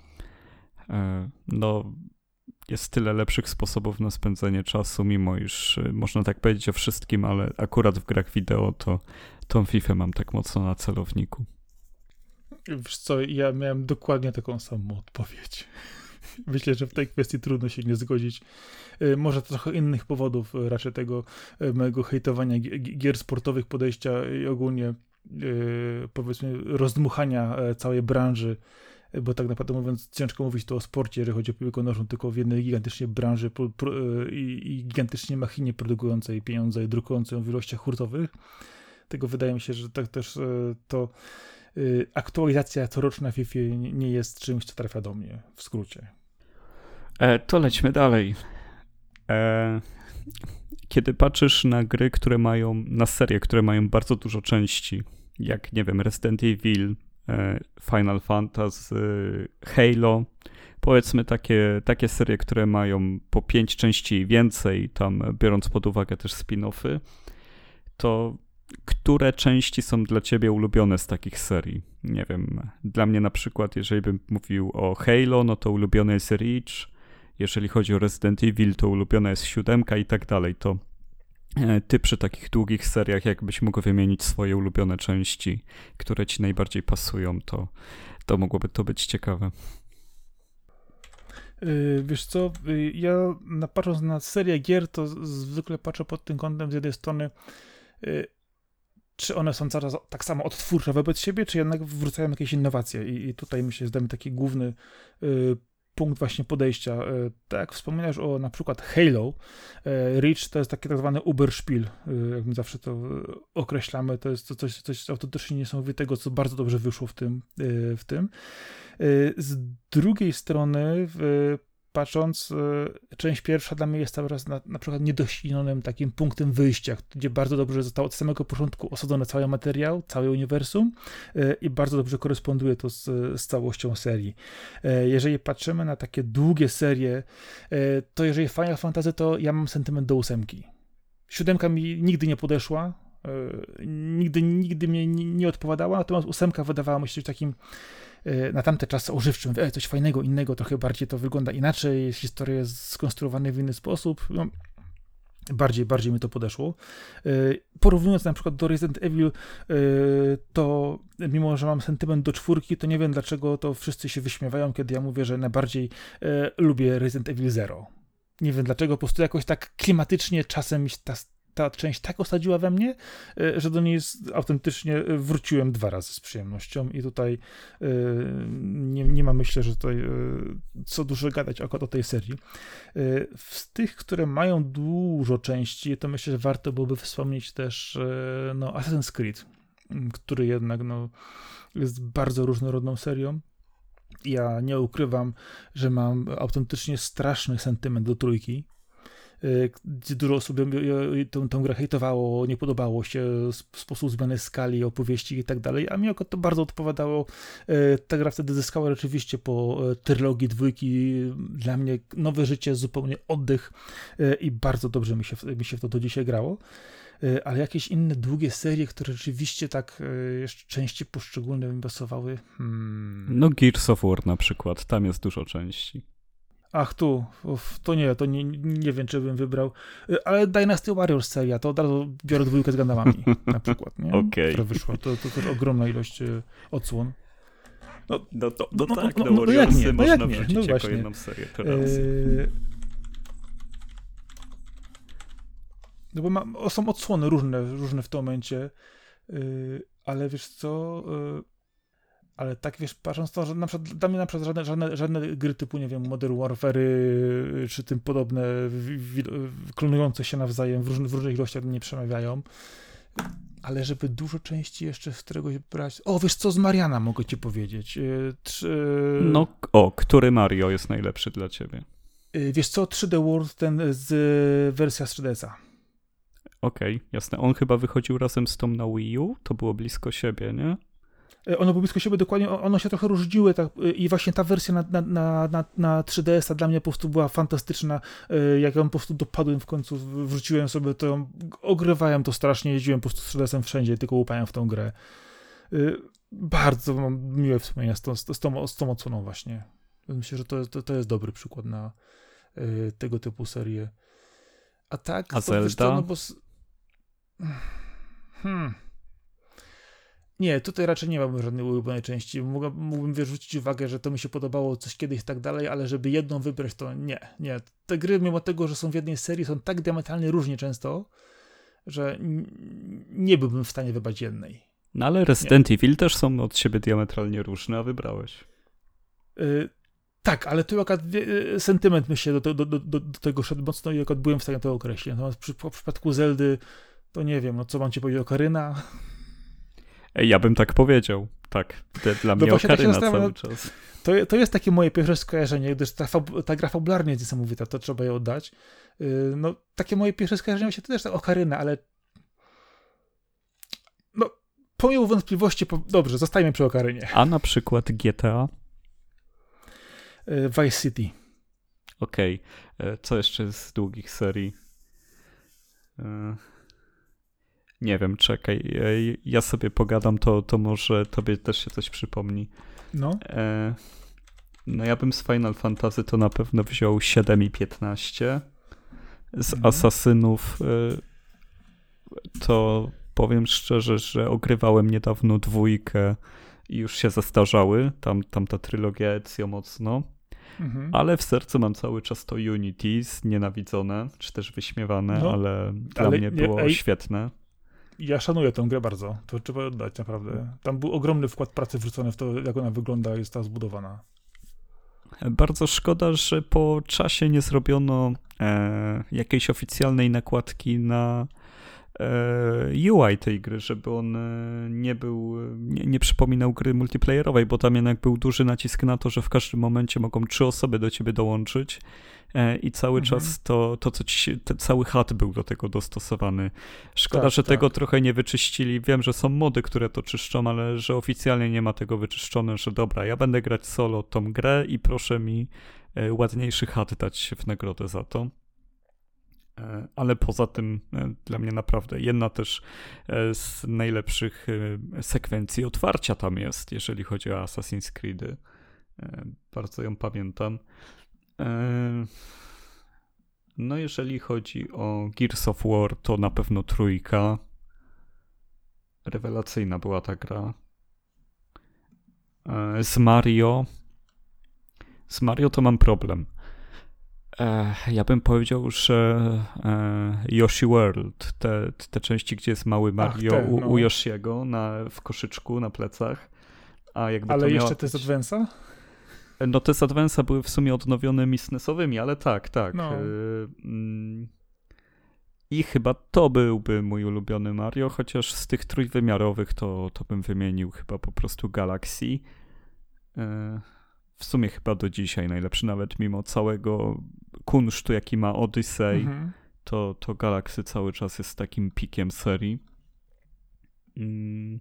no, jest tyle lepszych sposobów na spędzenie czasu, mimo iż można tak powiedzieć o wszystkim, ale akurat w grach wideo to tą FIFA mam tak mocno na celowniku. Wiesz co, ja miałem dokładnie taką samą odpowiedź. Myślę, że w tej kwestii trudno się nie zgodzić. Może trochę innych powodów raczej tego mojego hejtowania gier sportowych, podejścia i ogólnie powiedzmy rozdmuchania całej branży, bo tak naprawdę mówiąc ciężko mówić to o sporcie, jeżeli chodzi o piłkę nożną, tylko w jednej gigantycznej branży pro, pro, i, i gigantycznie machinie produkującej pieniądze i drukującej w ilościach hurtowych. Tego wydaje mi się, że tak też to aktualizacja coroczna FIFA nie jest czymś, co trafia do mnie, w skrócie. E, to lećmy dalej. E, kiedy patrzysz na gry, które mają, na serie, które mają bardzo dużo części, jak, nie wiem, Resident Evil, e, Final Fantasy, Halo, powiedzmy takie, takie serie, które mają po pięć części i więcej, tam biorąc pod uwagę też spin-offy, to które części są dla ciebie ulubione z takich serii? Nie wiem, dla mnie na przykład, jeżeli bym mówił o Halo, no to ulubione jest Reach, jeżeli chodzi o Resident Evil, to ulubiona jest siódemka i tak dalej, to ty przy takich długich seriach, jakbyś mógł wymienić swoje ulubione części, które ci najbardziej pasują, to, to mogłoby to być ciekawe. Yy, wiesz co, yy, ja na, patrząc na serię gier, to zwykle patrzę pod tym kątem z jednej strony yy, czy one są cały czas tak samo odtwórcze wobec siebie, czy jednak wracają jakieś innowacje. I, i tutaj mi się zdaje taki główny y, punkt właśnie podejścia. Y, tak jak wspominasz o na przykład Halo, y, Reach to jest taki tak zwany Uberspiel, y, jak my zawsze to określamy, to jest to coś, coś autentycznie niesamowitego, co bardzo dobrze wyszło w tym. Y, w tym. Y, z drugiej strony y, patrząc, część pierwsza dla mnie jest cały czas na, na przykład niedoświadczonym takim punktem wyjścia, gdzie bardzo dobrze został od samego początku osadzony cały materiał, całe uniwersum i bardzo dobrze koresponduje to z, z całością serii. Jeżeli patrzymy na takie długie serie, to jeżeli Final Fantasy, to ja mam sentyment do ósemki. Siódemka mi nigdy nie podeszła, nigdy, nigdy mnie nie, nie odpowiadała, natomiast ósemka wydawała mi się takim na tamte czasy ożywczym, e, coś fajnego, innego, trochę bardziej to wygląda inaczej, historia jest skonstruowana w inny sposób, no, bardziej, bardziej mi to podeszło. Porównując na przykład do Resident Evil, to mimo, że mam sentyment do czwórki, to nie wiem dlaczego to wszyscy się wyśmiewają, kiedy ja mówię, że najbardziej lubię Resident Evil Zero. Nie wiem dlaczego, po prostu jakoś tak klimatycznie czasem ta ta część tak osadziła we mnie, że do niej autentycznie wróciłem dwa razy z przyjemnością i tutaj nie, nie ma, myślę, że tutaj co dużo gadać akurat o tej serii. Z tych, które mają dużo części, to myślę, że warto byłoby wspomnieć też no, Assassin's Creed, który jednak no, jest bardzo różnorodną serią. Ja nie ukrywam, że mam autentycznie straszny sentyment do trójki. gdzie dużo osób tą, tą grę hejtowało, nie podobało się sposób zmiany skali, opowieści i tak dalej, a mi akurat to bardzo odpowiadało. Ta gra wtedy zyskała rzeczywiście po trylogii dwójki dla mnie nowe życie, zupełnie oddech i bardzo dobrze mi się, mi się w to do dzisiaj grało. Ale jakieś inne długie serie, które rzeczywiście tak jeszcze części poszczególne mi pasowały. Hmm. No Gears of War na przykład, tam jest dużo części. Ach tu, uf, to nie, to nie, nie wiem, czy bym wybrał, ale Dynasty Warriors seria, to od razu biorę dwójkę z Gundamami na przykład, nie? Okay. Która wyszła, to, to też ogromna ilość odsłon. No, no, to, no, no tak, no, no, no, no jak nie, no można jak nie, wrzucić no jako właśnie. jedną serię teraz. Eee... No bo ma, są odsłony różne, różne w tym momencie, yy, ale wiesz co, yy, ale tak wiesz, patrząc to, że na przykład dla mnie na przykład żadne, żadne, żadne gry typu, nie wiem, Modern Warfare yy, czy tym podobne, wi, wi, klonujące się nawzajem w, różny, w różnych ilościach nie przemawiają, ale żeby dużo części jeszcze z któregoś brać, o wiesz co, z Mariana mogę ci powiedzieć. Yy, trzy... No o, który Mario jest najlepszy dla ciebie? Yy, wiesz co, trzy D World, ten z yy, wersja z trzy D S a. Okej, okay, jasne. On chyba wychodził razem z tą na Wii U? To było blisko siebie, nie? One były blisko siebie, dokładnie, one się trochę różniły tak, i właśnie ta wersja na, na, na, na trzy D S a dla mnie po prostu była fantastyczna. Jak ją po prostu dopadłem w końcu, wrzuciłem sobie to, ją ogrywałem to strasznie, jeździłem po prostu z trzy D S em wszędzie, tylko łupałem w tą grę. Bardzo mam miłe wspomnienia z tą, z tą, z tą odsłoną właśnie. Myślę, że to, to, to jest dobry przykład na tego typu serię. A tak, A Zelda? Wiesz co, no bo... Hmm. Nie, tutaj raczej nie mam żadnej ulubionej części. Mógłbym, mógłbym wyrzucić uwagę, że to mi się podobało coś kiedyś i tak dalej, ale żeby jedną wybrać, to nie, nie. Te gry, mimo tego, że są w jednej serii, są tak diametralnie różnie często, że nie byłbym w stanie wybrać jednej. No ale Resident nie. Evil też są od siebie diametralnie różne, a wybrałeś. Y- Tak, ale tu akurat sentyment myślę do, do, do, do, do tego szedł mocno i akurat byłem w stanie to określić. Natomiast przy, w przypadku Zeldy, to nie wiem, no co mam ci powiedzieć, Okaryna? Ej, ja bym tak powiedział, tak. Dla mnie no Okaryna tak cały czas. To, to jest takie moje pierwsze skojarzenie, gdyż ta, ta gra fabularnie jest niesamowita, to trzeba jej oddać. Yy, no, takie moje pierwsze skojarzenie właśnie to też ta Okaryna, ale no, pomimo wątpliwości, po... dobrze, zostajmy przy Okarynie. A na przykład G T A? Vice City. Okej. Okay. Co jeszcze z długich serii? Nie wiem, czekaj. Ja sobie pogadam, to, to może tobie też się coś przypomni. No. No ja bym z Final Fantasy to na pewno wziął siedem i piętnaście. Z mhm. Asasynów to powiem szczerze, że ogrywałem niedawno dwójkę i już się zestarzały, tam, tam ta trylogia Ezio mocno, mhm. ale w sercu mam cały czas to Unity, znienawidzone, czy też wyśmiewane, no, ale dla ale mnie nie, było ej, świetne. Ja szanuję tę grę bardzo, to trzeba oddać naprawdę. Tam był ogromny wkład pracy wrzucony w to, jak ona wygląda i jest ta zbudowana. Bardzo szkoda, że po czasie nie zrobiono e, jakiejś oficjalnej nakładki na U I tej gry, żeby on nie był, nie, nie przypominał gry multiplayerowej, bo tam jednak był duży nacisk na to, że w każdym momencie mogą trzy osoby do ciebie dołączyć i cały mhm. czas to, to co ci, ten cały H U D był do tego dostosowany. Szkoda, tak, że tak. tego trochę nie wyczyścili. Wiem, że są mody, które to czyszczą, ale że oficjalnie nie ma tego wyczyszczone, że dobra, ja będę grać solo tą grę i proszę mi ładniejszy H U D dać w nagrodę za to. Ale poza tym dla mnie naprawdę jedna też z najlepszych sekwencji otwarcia tam jest, jeżeli chodzi o Assassin's Creedy. Bardzo ją pamiętam. No jeżeli chodzi o Gears of War, to na pewno trójka. Rewelacyjna była ta gra. Z Mario. Z Mario to mam problem. Ja bym powiedział, że Yoshi World, te, te części, gdzie jest mały Mario Ach, te, no. u, u Yoshiego na, w koszyczku na plecach. A jakby ale to jeszcze być... te z Advance'a? No te z Advance'a były w sumie odnowionymi SNESowymi, ale tak, tak. No. I chyba to byłby mój ulubiony Mario, chociaż z tych trójwymiarowych to, to bym wymienił chyba po prostu Galaxy. W sumie chyba do dzisiaj najlepszy, nawet mimo całego kunsztu, jaki ma Odyssey, Mhm. to, to Galaxy cały czas jest takim pikiem serii. Mm.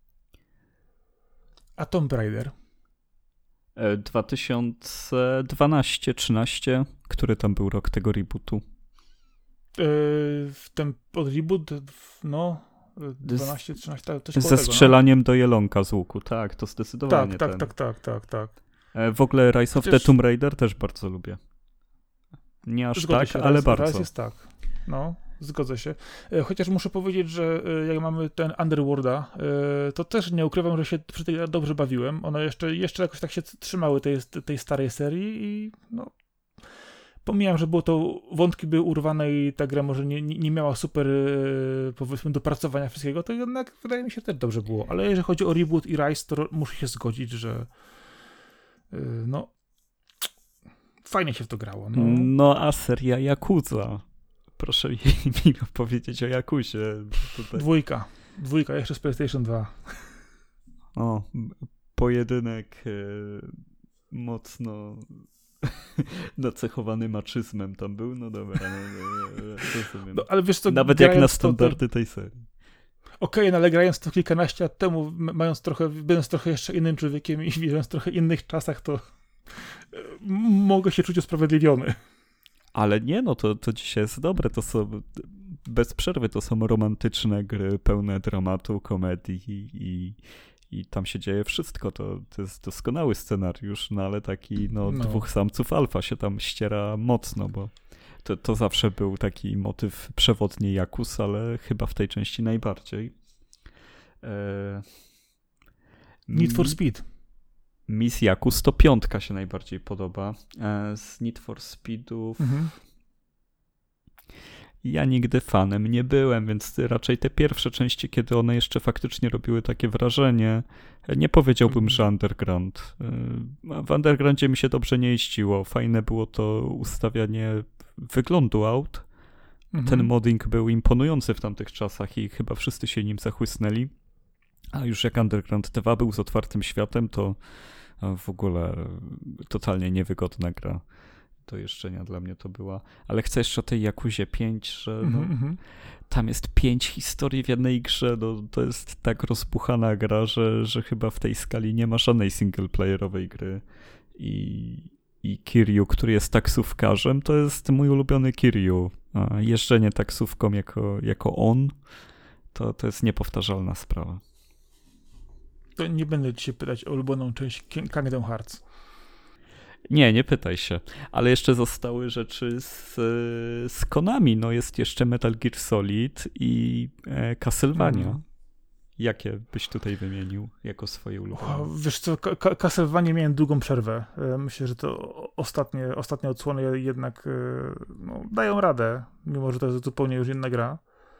A Tomb Raider? dwa tysiące dwanaście trzynaście, który tam był rok tego rebootu? Yy, w ten od reboot, no, dwanaście trzynaście, też Ze koło tego, strzelaniem no. do jelonka z łuku, tak, to zdecydowanie tak, ten. tak, tak, tak, tak, tak. W ogóle Rise of Chociaż... the Tomb Raider też bardzo lubię. Nie aż Zgodzę tak, się, ale raz, bardzo. Raz jest tak, no, zgodzę się. Chociaż muszę powiedzieć, że jak mamy ten Underworlda, to też nie ukrywam, że się przy tej dobrze bawiłem. One jeszcze, jeszcze jakoś tak się trzymały tej, tej starej serii i no, pomijam, że było to, wątki były urwane i ta gra może nie, nie miała super, powiedzmy, dopracowania wszystkiego, to jednak wydaje mi się, że też dobrze było. Ale jeżeli chodzi o reboot i Rise, to muszę się zgodzić, że no fajnie się w to grało. No, no a seria Yakuza. Proszę mi, mi powiedzieć o Yakuzie. Tutaj. Dwójka. Dwójka, jeszcze z PlayStation dwa. O, pojedynek e, mocno nacechowany maczyzmem tam był. No dobra, no, rozumiem. No, ale wiesz co, nawet jak na standardy tej serii. Okej, okay, no ale grając to kilkanaście lat temu, mając trochę, będąc trochę jeszcze innym człowiekiem i żyjąc w trochę innych czasach, to mogę się czuć usprawiedliwiony. Ale nie, no to, to dzisiaj jest dobre, to są bez przerwy, to są romantyczne gry, pełne dramatu, komedii i, i, i tam się dzieje wszystko, to, to jest doskonały scenariusz, no ale taki, no, no. dwóch samców alfa się tam ściera mocno, bo to, to zawsze był taki motyw przewodni Yakus, ale chyba w tej części najbardziej. E... Need for Speed. Miss Yaku sto pięć się najbardziej podoba. Z Need for Speedów mhm. ja nigdy fanem nie byłem, więc raczej te pierwsze części, kiedy one jeszcze faktycznie robiły takie wrażenie, nie powiedziałbym, mhm. że Underground. W Undergroundzie mi się dobrze nie jeździło. Fajne było to ustawianie wyglądu aut. Mhm. Ten modding był imponujący w tamtych czasach i chyba wszyscy się nim zachłysnęli. A już jak Underground dwa był z otwartym światem, to w ogóle totalnie niewygodna gra do jeżdżenia dla mnie to była. Ale chcę jeszcze o tej Yakuzie pięć, że no, mm-hmm. tam jest pięć historii w jednej grze, no, to jest tak rozbuchana gra, że, że chyba w tej skali nie ma żadnej singleplayerowej gry. I, i Kiryu, który jest taksówkarzem, to jest mój ulubiony Kiryu. A jeżdżenie taksówką jako, jako on, to, to jest niepowtarzalna sprawa. To nie będę ci się pytać o ulubioną część Kingdom Hearts. Nie, nie pytaj się. Ale jeszcze zostały rzeczy z, z Konami. No jest jeszcze Metal Gear Solid i e, Castlevania. Mm. Jakie byś tutaj wymienił jako swoje ulubione? O, wiesz co, Ka- Castlevania miałem długą przerwę. Myślę, że to ostatnie, ostatnie odsłony jednak no, dają radę, mimo że to jest zupełnie już inna gra.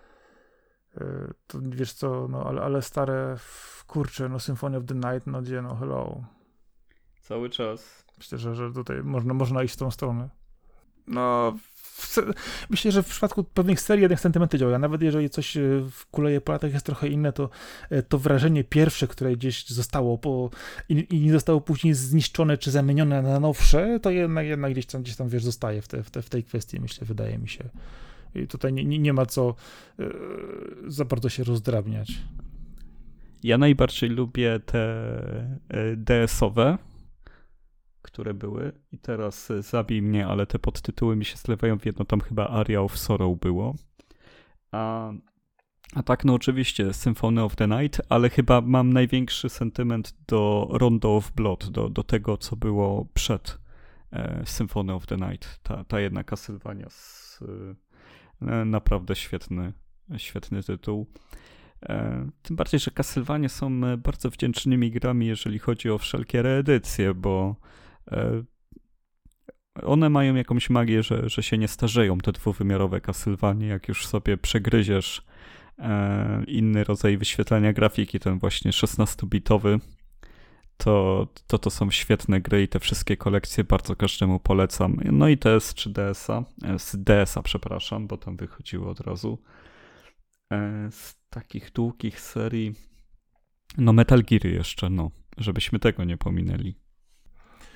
To wiesz co, no ale, ale stare, kurczę, no Symphony of the Night, no gdzie, no hello. Cały czas. Myślę, że, że tutaj można, można iść w tą stronę. No, w, myślę, że w przypadku pewnych serii jednak sentymenty działają. Nawet jeżeli coś w kuleje po latach jest trochę inne, to to wrażenie pierwsze, które gdzieś zostało po, i, i nie zostało później zniszczone czy zamienione na nowsze, to jednak, jednak gdzieś tam, gdzieś tam wiesz, zostaje w, te, w, te, w tej kwestii, myślę, wydaje mi się. I tutaj nie, nie ma co yy, za bardzo się rozdrabniać. Ja najbardziej lubię te D S-owe, które były i teraz zabij mnie, ale te podtytuły mi się zlewają w jedno, tam chyba Aria of Sorrow było. A, a tak, no oczywiście Symphony of the Night, ale chyba mam największy sentyment do Rondo of Blood, do, do tego, co było przed e, Symphony of the Night. Ta, ta jedna Castlevania z... E, naprawdę świetny, świetny tytuł. E, tym bardziej, że Castlevania są bardzo wdzięcznymi grami, jeżeli chodzi o wszelkie reedycje, bo e, one mają jakąś magię, że, że się nie starzeją, te dwuwymiarowe Castlevanie. Jak już sobie przegryziesz e, inny rodzaj wyświetlania grafiki, ten właśnie szesnastobitowy, to, to to są świetne gry i te wszystkie kolekcje bardzo każdemu polecam. No i te z trzy D S-a, z D S-a przepraszam, bo tam wychodziły od razu. Z takich długich serii, no Metal Gear jeszcze, no, żebyśmy tego nie pominęli.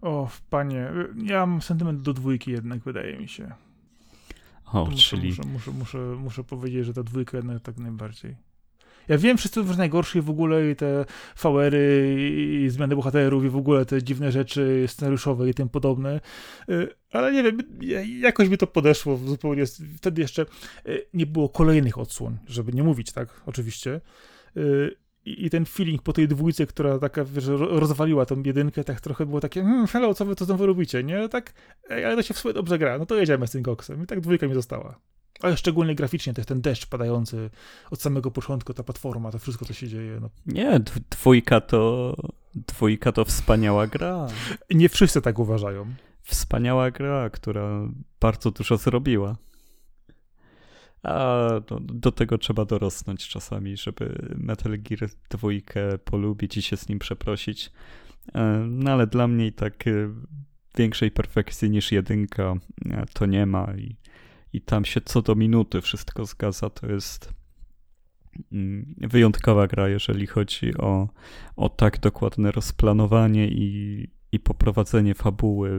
O, panie, ja mam sentyment do dwójki jednak, wydaje mi się. O, muszę, czyli... Muszę, muszę, muszę, muszę powiedzieć, że ta dwójka jednak tak najbardziej. Ja wiem, wszyscy już najgorsi w ogóle i te V R-y i zmiany bohaterów i w ogóle te dziwne rzeczy scenariuszowe i tym podobne, ale nie wiem, jakoś mi to podeszło zupełnie. Wtedy jeszcze nie było kolejnych odsłon, żeby nie mówić, tak, oczywiście. I ten feeling po tej dwójce, która taka, wiesz, rozwaliła tą jedynkę, tak trochę było takie, hmm, hello, co wy to znowu robicie, nie? Tak, ale to się w sumie dobrze gra, no to jedziemy z tym koksem. I tak dwójka mi została. Ale szczególnie graficznie, też ten deszcz padający od samego początku, ta platforma, to wszystko, co się dzieje. No. Nie, dwójka to, dwójka to wspaniała gra. Nie wszyscy tak uważają. Wspaniała gra, która bardzo dużo zrobiła. A do, do tego trzeba dorosnąć czasami, żeby Metal Gear dwójkę polubić i się z nim przeprosić. No ale dla mnie i tak większej perfekcji niż jedynka to nie ma i, i tam się co do minuty wszystko zgadza. To jest wyjątkowa gra, jeżeli chodzi o, o tak dokładne rozplanowanie i, i poprowadzenie fabuły.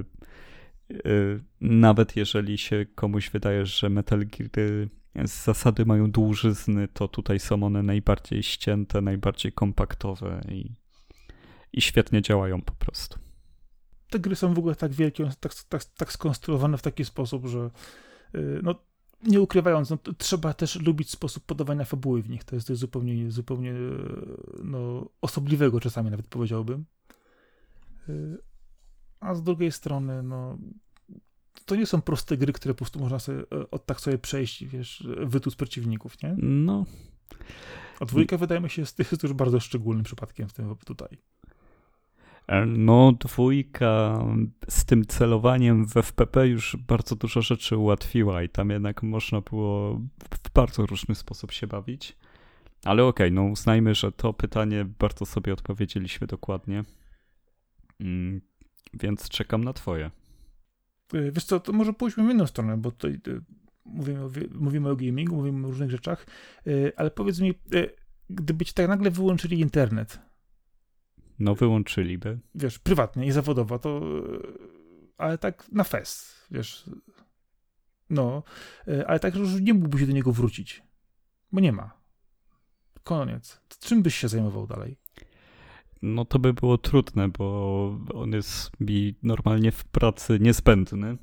Nawet jeżeli się komuś wydaje, że Metal Gear z zasady mają dłużyzny, to tutaj są one najbardziej ścięte, najbardziej kompaktowe i, i świetnie działają po prostu. Te gry są w ogóle tak wielkie, tak, tak, tak skonstruowane w taki sposób, że yy, no, nie ukrywając, no, trzeba też lubić sposób podawania fabuły w nich. To jest coś zupełnie, zupełnie no, osobliwego czasami nawet powiedziałbym. Yy, a z drugiej strony, no to nie są proste gry, które po prostu można sobie od tak sobie przejść, wiesz, wytłuc przeciwników, nie? No. A dwójka wydaje mi się jest, jest już bardzo szczególnym przypadkiem w tym tutaj. No, dwójka z tym celowaniem w F P P już bardzo dużo rzeczy ułatwiła i tam jednak można było w bardzo różny sposób się bawić. Ale okej, okay, no uznajmy, że to pytanie bardzo sobie odpowiedzieliśmy dokładnie. Mm, więc czekam na twoje. Wiesz co, to może pójdźmy w inną stronę, bo tutaj mówimy o, mówimy o gamingu, mówimy o różnych rzeczach, ale powiedz mi, gdyby ci tak nagle wyłączyli internet. No wyłączyliby. Wiesz, prywatnie i zawodowo, to ale tak na fest, wiesz. No, ale tak, że już nie mógłbyś do niego wrócić, bo nie ma. Koniec. Czym byś się zajmował dalej? No to by było trudne, bo on jest mi normalnie w pracy niezbędny.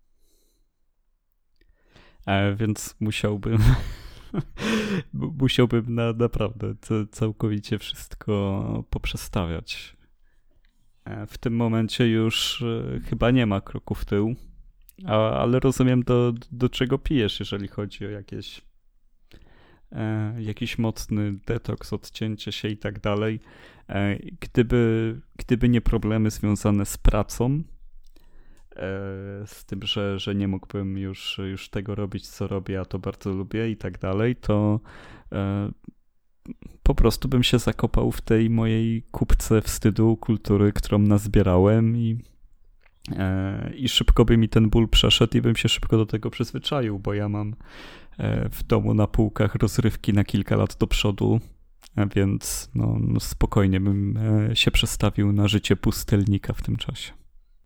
E, więc musiałbym musiałbym na, naprawdę całkowicie wszystko poprzestawiać. E, w tym momencie już e, chyba nie ma kroku w tył, a, ale rozumiem do, do czego pijesz, jeżeli chodzi o jakieś e, jakiś mocny detoks, odcięcie się i tak dalej. Gdyby, gdyby nie problemy związane z pracą, z tym, że, że nie mógłbym już, już tego robić, co robię, a to bardzo lubię i tak dalej, to po prostu bym się zakopał w tej mojej kupce wstydu, kultury, którą nazbierałem i, i szybko by mi ten ból przeszedł i bym się szybko do tego przyzwyczaił, bo ja mam w domu na półkach rozrywki na kilka lat do przodu. Więc no, no spokojnie bym się przestawił na życie pustelnika w tym czasie.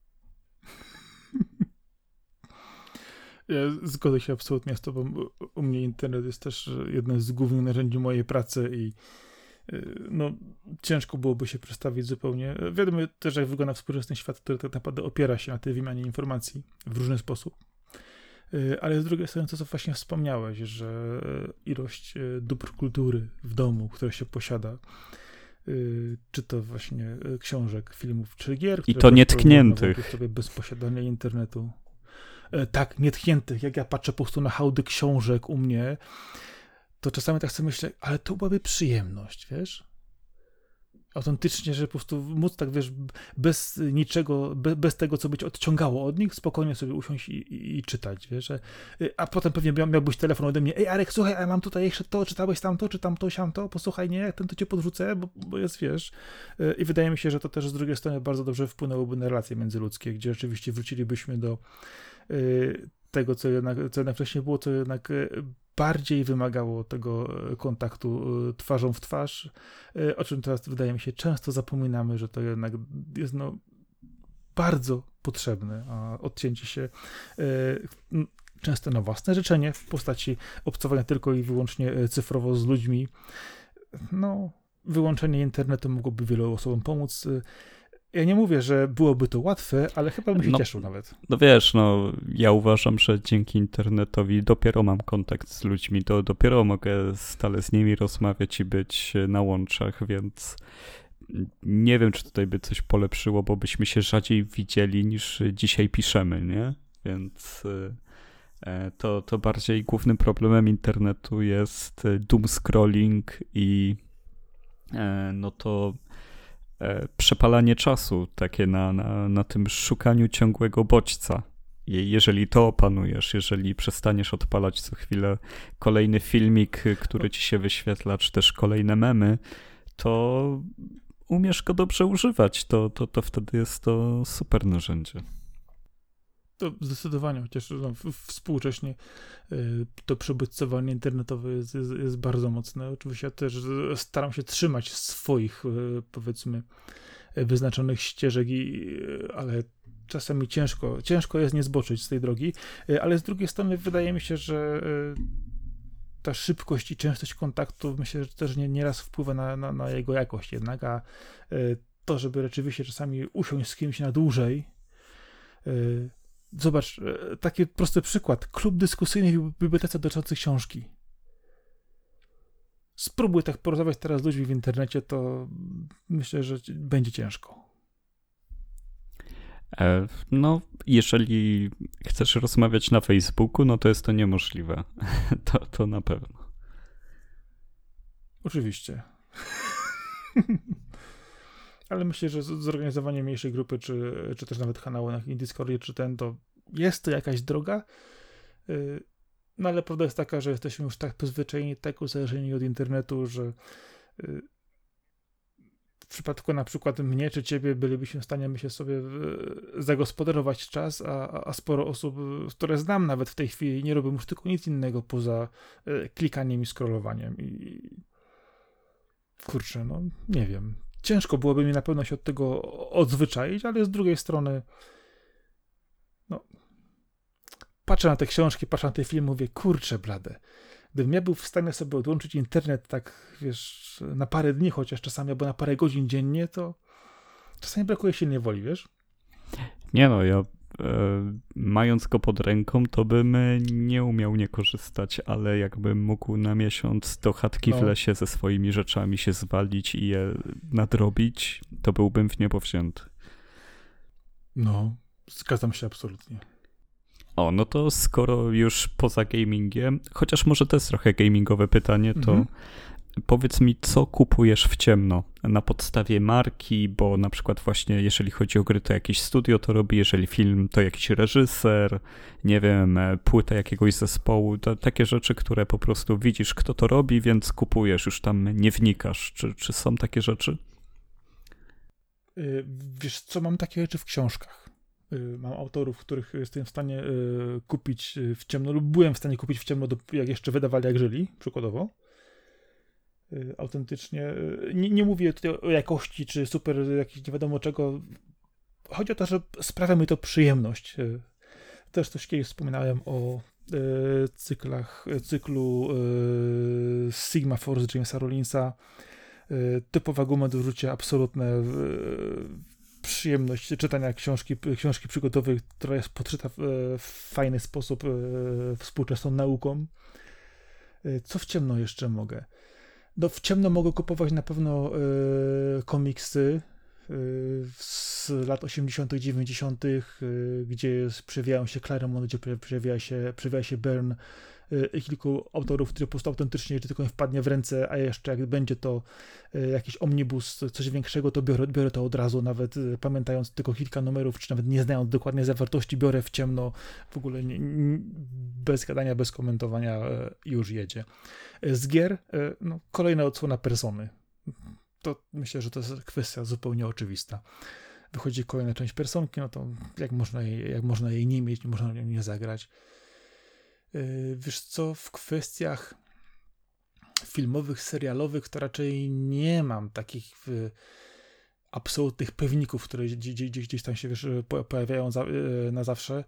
Ja zgodzę się absolutnie z tobą. U mnie internet jest też jednym z głównych narzędzi mojej pracy i no, ciężko byłoby się przestawić zupełnie. Wiadomo też, jak wygląda współczesny świat, który tak naprawdę opiera się na tej wymianie informacji w różny sposób. Ale z drugiej strony to, co właśnie wspomniałeś, że ilość dóbr kultury w domu, które się posiada, czy to właśnie książek, filmów, czy gier, i to nietkniętych. Sobie bez posiadania internetu. Tak, nietkniętych. Jak ja patrzę po prostu na hałdy książek u mnie, to czasami tak sobie myślę, ale to byłaby przyjemność, wiesz? Autentycznie, że po prostu móc tak, wiesz, bez niczego, be, bez tego, co by cię odciągało od nich, spokojnie sobie usiąść i, i, i czytać, wiesz, że, a potem pewnie miałbyś telefon ode mnie, ej Arek, słuchaj, a mam tutaj jeszcze to, czytałeś tamto, czy tamto, siamto, posłuchaj, nie, jak ten to cię podrzucę, bo, bo jest, wiesz, i wydaje mi się, że to też z drugiej strony bardzo dobrze wpłynęłoby na relacje międzyludzkie, gdzie rzeczywiście wrócilibyśmy do y, tego, co jednak, co jednak wcześniej było, co jednak bardziej wymagało tego kontaktu twarzą w twarz, o czym teraz wydaje mi się często zapominamy, że to jednak jest no bardzo potrzebny, a odcięcie się często na własne życzenie w postaci obcowania tylko i wyłącznie cyfrowo z ludźmi, no, wyłączenie internetu mogłoby wielu osobom pomóc. Ja nie mówię, że byłoby to łatwe, ale chyba bym się no, cieszył nawet. No wiesz, no ja uważam, że dzięki internetowi dopiero mam kontakt z ludźmi, to dopiero mogę stale z nimi rozmawiać i być na łączach, więc nie wiem, czy tutaj by coś polepszyło, bo byśmy się rzadziej widzieli niż dzisiaj piszemy, nie? Więc to, to bardziej głównym problemem internetu jest doom scrolling i no to przepalanie czasu takie na, na, na tym szukaniu ciągłego bodźca. I jeżeli to opanujesz, jeżeli przestaniesz odpalać co chwilę kolejny filmik, który ci się wyświetla, czy też kolejne memy, to umiesz go dobrze używać, to, to, to wtedy jest to super narzędzie. To zdecydowanie, chociaż no, współcześnie y, to przebodźcowanie internetowe jest, jest, jest bardzo mocne. Oczywiście ja też staram się trzymać swoich, y, powiedzmy, wyznaczonych ścieżek, i, y, ale czasami ciężko, ciężko jest nie zboczyć z tej drogi, y, ale z drugiej strony wydaje mi się, że y, ta szybkość i częstość kontaktu, myślę, że też nie, nieraz wpływa na, na, na jego jakość jednak, a y, to, żeby rzeczywiście czasami usiąść z kimś na dłużej, y, zobacz, taki prosty przykład. Klub dyskusyjny w bibliotece dotyczący książki. Spróbuj tak porozmawiać teraz z ludźmi w internecie, to myślę, że będzie ciężko. No, jeżeli chcesz rozmawiać na Facebooku, no to jest to niemożliwe. To, to na pewno. Oczywiście. Ale myślę, że zorganizowanie mniejszej grupy, czy, czy też nawet kanału na Discordzie, czy ten, to jest to jakaś droga. No ale prawda jest taka, że jesteśmy już tak przyzwyczajeni, tak uzależnieni od internetu, że w przypadku na przykład mnie czy ciebie bylibyśmy w stanie, myślę sobie, zagospodarować czas, a, a sporo osób, które znam nawet w tej chwili, nie robią już tylko nic innego poza klikaniem i scrollowaniem. I kurczę, no nie wiem. Ciężko byłoby mi na pewno się od tego odzwyczaić, ale z drugiej strony no patrzę na te książki, patrzę na te filmy, mówię, kurczę blade, gdybym ja był w stanie sobie odłączyć internet tak, wiesz, na parę dni chociaż czasami, albo na parę godzin dziennie, to czasami brakuje silnej woli, wiesz? Nie no, ja e, mając go pod ręką, to bym nie umiał nie korzystać, ale jakbym mógł na miesiąc do chatki no. w lesie ze swoimi rzeczami się zwalić i je nadrobić, to byłbym w niebo wzięty. No, zgadzam się absolutnie. O, no to skoro już poza gamingiem, chociaż może to jest trochę gamingowe pytanie, to mhm. powiedz mi, co kupujesz w ciemno na podstawie marki, bo na przykład właśnie jeżeli chodzi o gry, to jakieś studio to robi, jeżeli film, to jakiś reżyser, nie wiem, płyta jakiegoś zespołu, to takie rzeczy, które po prostu widzisz, kto to robi, więc kupujesz, już tam nie wnikasz. Czy, czy są takie rzeczy? Yy, wiesz co, mam takie rzeczy w książkach. Mam autorów, których jestem w stanie kupić w ciemno, lub byłem w stanie kupić w ciemno, jak jeszcze wydawali, jak żyli, przykładowo. Autentycznie. Nie, nie mówię tutaj o jakości, czy super, jakiś nie wiadomo czego. Chodzi o to, że sprawia mi to przyjemność. Też coś kiedyś wspominałem o cyklach, cyklu Sigma Force Jamesa Rollinsa. Typowa guma do rzucia, absolutne przyjemność czytania książki, książki przygotowej, która jest podszyta w, w fajny sposób współczesną nauką. Co w ciemno jeszcze mogę? No w ciemno mogę kupować na pewno y, komiksy y, z lat osiemdziesiątych, dziewięćdziesiątych, y, gdzie przewijają się Claremont, gdzie przewija się, przewija się Byrne y, i kilku autorów, którzy po prostu autentycznie, jeżeli tylko mi wpadnie w ręce, a jeszcze jak będzie to y, jakiś omnibus, coś większego, to biorę, biorę to od razu, nawet y, pamiętając tylko kilka numerów, czy nawet nie znając dokładnie zawartości, biorę w ciemno, w ogóle nie, nie, bez gadania, bez komentowania y, już jedzie. Z gier, no, kolejna odsłona Persony. To myślę, że to jest kwestia zupełnie oczywista. Wychodzi kolejna część Personki, no to jak można jej, jak można jej nie mieć, można ją nie zagrać. Wiesz co, w kwestiach filmowych, serialowych, to raczej nie mam takich absolutnych pewników, które gdzieś, gdzieś, gdzieś tam się wiesz, pojawiają za, na zawsze.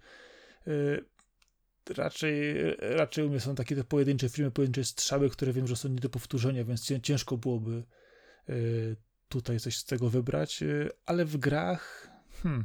Raczej, raczej u mnie są takie te pojedyncze filmy, pojedyncze strzały, które wiem, że są nie do powtórzenia, więc ciężko byłoby tutaj coś z tego wybrać, ale w grach hmm,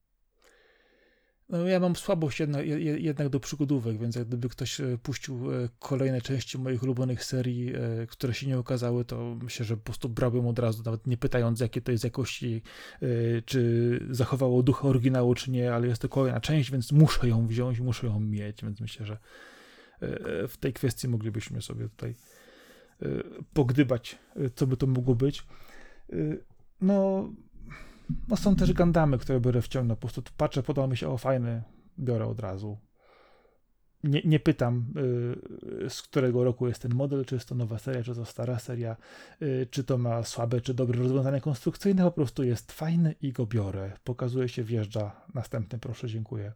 no ja mam słabość jednak, jednak do przygodówek, więc jak gdyby ktoś puścił kolejne części moich ulubionych serii, które się nie okazały, to myślę, że po prostu brałbym od razu, nawet nie pytając, jakie to jest jakości, czy zachowało ducha oryginału, czy nie, ale jest to kolejna część, więc muszę ją wziąć, muszę ją mieć, więc myślę, że w tej kwestii moglibyśmy sobie tutaj pogdybać, co by to mogło być. No, no są też Gundamy, które biorę wciągnę. Po prostu patrzę, podoba mi się, o fajny, biorę od razu. Nie, nie pytam, y, z którego roku jest ten model, czy jest to nowa seria, czy to stara seria, y, czy to ma słabe, czy dobre rozwiązania konstrukcyjne, po prostu jest fajny i go biorę. Pokazuje się, wjeżdża, następny, proszę, dziękuję.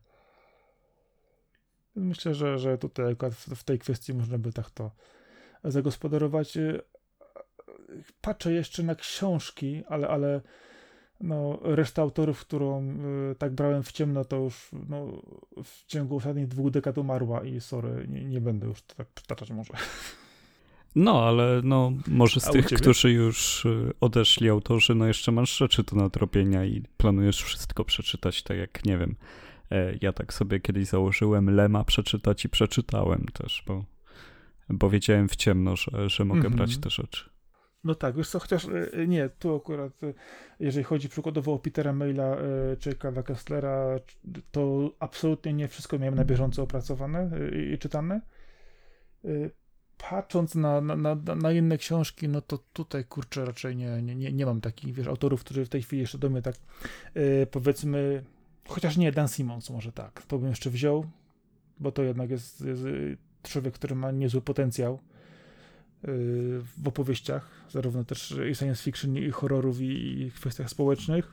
Myślę, że, że tutaj akurat w, w tej kwestii można by tak to zagospodarować. Patrzę jeszcze na książki, ale, ale no, reszta autorów, którą y, tak brałem w ciemno, to już no, w ciągu ostatnich dwóch dekad umarła i sorry, nie, nie będę już tak przytaczać może. No, ale no, może z tych, którzy już odeszli autorzy, no jeszcze masz rzeczy do nadrobienia i planujesz wszystko przeczytać, tak jak, nie wiem, ja tak sobie kiedyś założyłem Lema przeczytać i przeczytałem też, bo, bo wiedziałem w ciemno, że, że mogę mm-hmm. brać te rzeczy. No tak, wiesz co, chociaż nie, tu akurat, jeżeli chodzi przykładowo o Petera Maila czy Karla Kesslera, to absolutnie nie wszystko miałem na bieżąco opracowane i czytane. Patrząc na, na, na, na inne książki, no to tutaj, kurczę, raczej nie, nie, nie mam takich, wiesz, autorów, którzy w tej chwili jeszcze do mnie tak, powiedzmy, chociaż nie, Dan Simmons może tak, to bym jeszcze wziął, bo to jednak jest, jest człowiek, który ma niezły potencjał w opowieściach, zarówno też i science fiction, i horrorów, i, i kwestiach społecznych.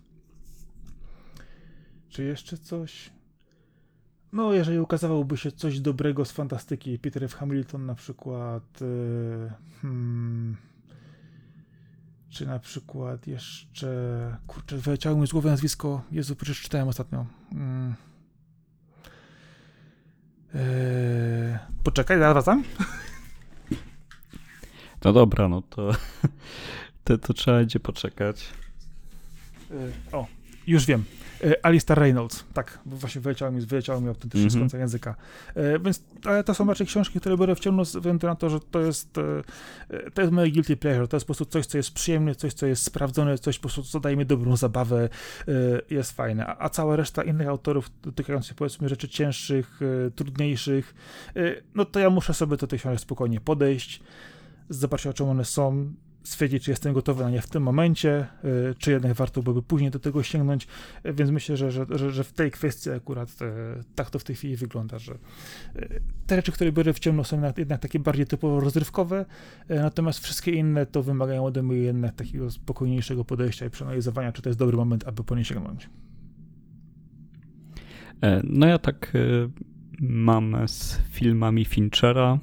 Czy jeszcze coś? No, jeżeli ukazywałoby się coś dobrego z fantastyki, Peter F. Hamilton na przykład, hmm, czy na przykład jeszcze, kurczę, wyleciało mi z głowy nazwisko, Jezu, przecież czytałem ostatnio. Hmm. Eee, poczekaj, zaraz wracam. No dobra, no to, to, to trzeba będzie poczekać. O, już wiem. Alistair Reynolds, tak, właśnie wyleciało mi, wyleciało mi autentycznie mm-hmm. z końca języka. Więc, ale to są raczej książki, które biorę w ciemno, ze względu na to, że to jest to jest moje guilty pleasure, to jest po prostu coś, co jest przyjemne, coś, co jest sprawdzone, coś po prostu, co daje mi dobrą zabawę, jest fajne. A, a cała reszta innych autorów, dotykających się, powiedzmy, rzeczy cięższych, trudniejszych, no to ja muszę sobie do tej książki spokojnie podejść, zobaczyć, o czym one są, stwierdzić, czy jestem gotowy na nie w tym momencie, y, czy jednak warto byłoby później do tego sięgnąć, y, więc myślę, że, że, że, że w tej kwestii akurat y, tak to w tej chwili wygląda, że y, te rzeczy, które biorę w ciemno, są jednak, jednak takie bardziej typowo rozrywkowe, y, natomiast wszystkie inne to wymagają ode mnie jednak takiego spokojniejszego podejścia i przeanalizowania, czy to jest dobry moment, aby po nie sięgnąć. No ja tak y, mam z filmami Finchera,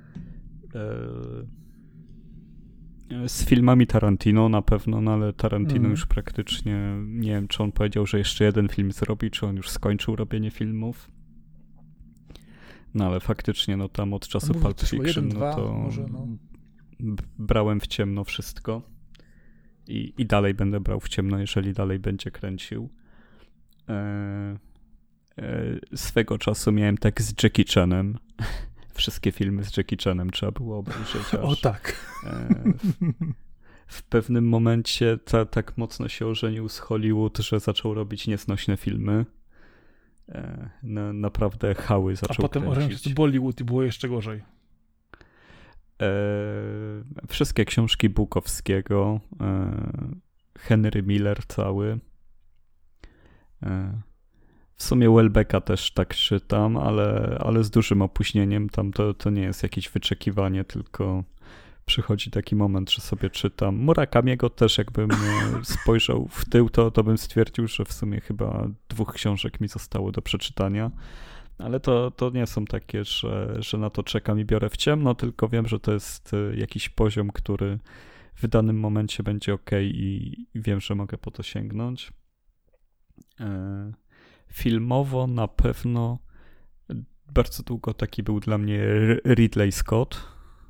y, z filmami Tarantino na pewno, no ale Tarantino mm. już praktycznie, nie wiem, czy on powiedział, że jeszcze jeden film zrobi, czy on już skończył robienie filmów. No ale faktycznie, no tam od czasu Pulp Fiction, jeden, no dwa, to może, no. brałem w ciemno wszystko i, i dalej będę brał w ciemno, jeżeli dalej będzie kręcił. E, e, swego czasu miałem tak z Jackie Chanem. Wszystkie filmy z Jackie Chanem trzeba było obejrzeć. O tak. E, w pewnym momencie ta, tak mocno się ożenił z Hollywood, że zaczął robić nieznośne filmy. E, na, naprawdę hały zaczął A potem kręcić. ożenił się z Bollywood i było jeszcze gorzej. E, wszystkie książki Bukowskiego, e, Henry Miller cały. E, W sumie Welbecka też tak czytam, ale, ale z dużym opóźnieniem. Tam to, to nie jest jakieś wyczekiwanie, tylko przychodzi taki moment, że sobie czytam. Murakamiego też jakbym spojrzał w tył, to, to bym stwierdził, że w sumie chyba dwóch książek mi zostało do przeczytania. Ale to, to nie są takie, że, że na to czekam i biorę w ciemno, tylko wiem, że to jest jakiś poziom, który w danym momencie będzie ok i, i wiem, że mogę po to sięgnąć. E, filmowo na pewno bardzo długo taki był dla mnie Ridley Scott.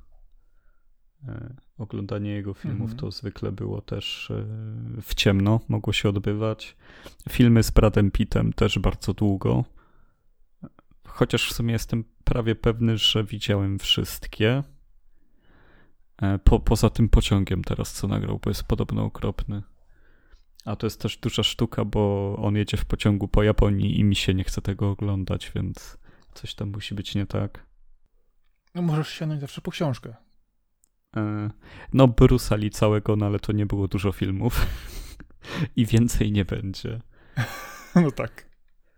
E, oglądanie jego filmów mhm. to zwykle było też e, w ciemno, mogło się odbywać. Filmy z Bradem Pittem też bardzo długo. Chociaż w sumie jestem prawie pewny, że widziałem wszystkie. E, po, poza tym pociągiem teraz, co nagrał, bo jest podobno okropny. A to jest też duża sztuka, bo on jedzie w pociągu po Japonii i mi się nie chce tego oglądać, więc coś tam musi być nie tak. No możesz sięgnąć zawsze po książkę. E, no Bruce'a Lee całego, no ale to nie było dużo filmów. I więcej nie będzie. No tak.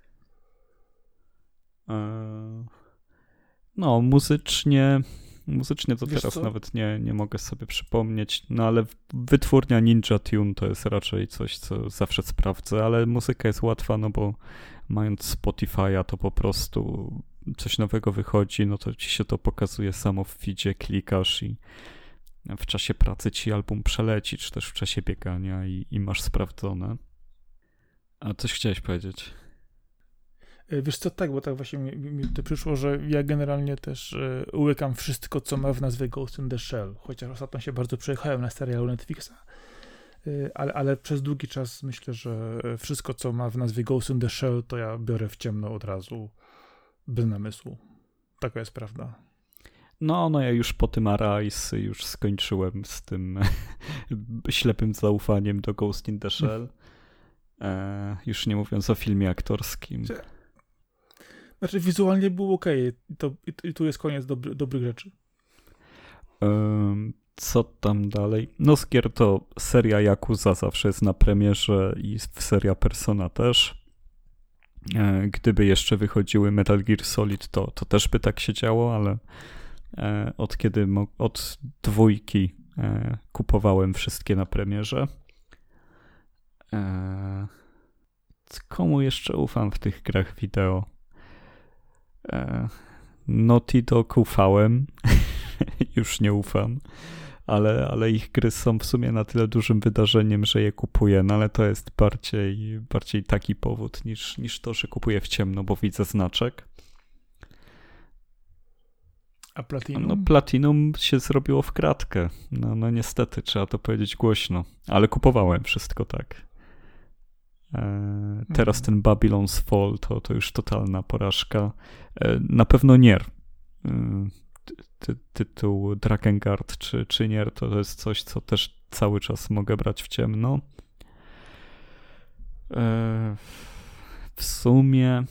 E, no muzycznie... Muzycznie to Wiesz teraz co? nawet nie, nie mogę sobie przypomnieć, no ale wytwórnia Ninja Tune to jest raczej coś, co zawsze sprawdzę, ale muzyka jest łatwa, no bo mając Spotify'a to po prostu coś nowego wychodzi, no to ci się to pokazuje samo w feedzie, klikasz i w czasie pracy ci album przeleci, czy też w czasie biegania i, i masz sprawdzone. A coś chciałeś powiedzieć? Wiesz co, tak, bo tak właśnie mi, mi to przyszło, że ja generalnie też y, łykam wszystko, co ma w nazwie Ghost in the Shell, chociaż ostatnio się bardzo przejechałem na serialu Netflixa, y, ale, ale przez długi czas myślę, że wszystko, co ma w nazwie Ghost in the Shell, to ja biorę w ciemno od razu, bez namysłu. Taka jest prawda. No, no ja już po tym Arise już skończyłem z tym ślepym zaufaniem do Ghost in the Shell, e, już nie mówiąc o filmie aktorskim. Znaczy wizualnie było ok, I, to, i tu jest koniec dobry, dobrych rzeczy. Um, co tam dalej? No z gier to seria Yakuza zawsze jest na premierze i seria Persona też. E, gdyby jeszcze wychodziły Metal Gear Solid, to, to też by tak się działo, ale e, od kiedy mo- od dwójki e, kupowałem wszystkie na premierze. E, komu jeszcze ufam w tych grach wideo? Naughty Dog ufałem, już nie ufam, ale, ale ich gry są w sumie na tyle dużym wydarzeniem, że je kupuję, no ale to jest bardziej, bardziej taki powód niż, niż to, że kupuję w ciemno, bo widzę znaczek. A Platinum? No Platinum się zrobiło w kratkę, no, no niestety, trzeba to powiedzieć głośno, ale kupowałem wszystko tak. Teraz ten Babylon's Fall to, to już totalna porażka. Na pewno Nier. Ty, tytuł Drakengard czy, czy Nier to jest coś, co też cały czas mogę brać w ciemno. W sumie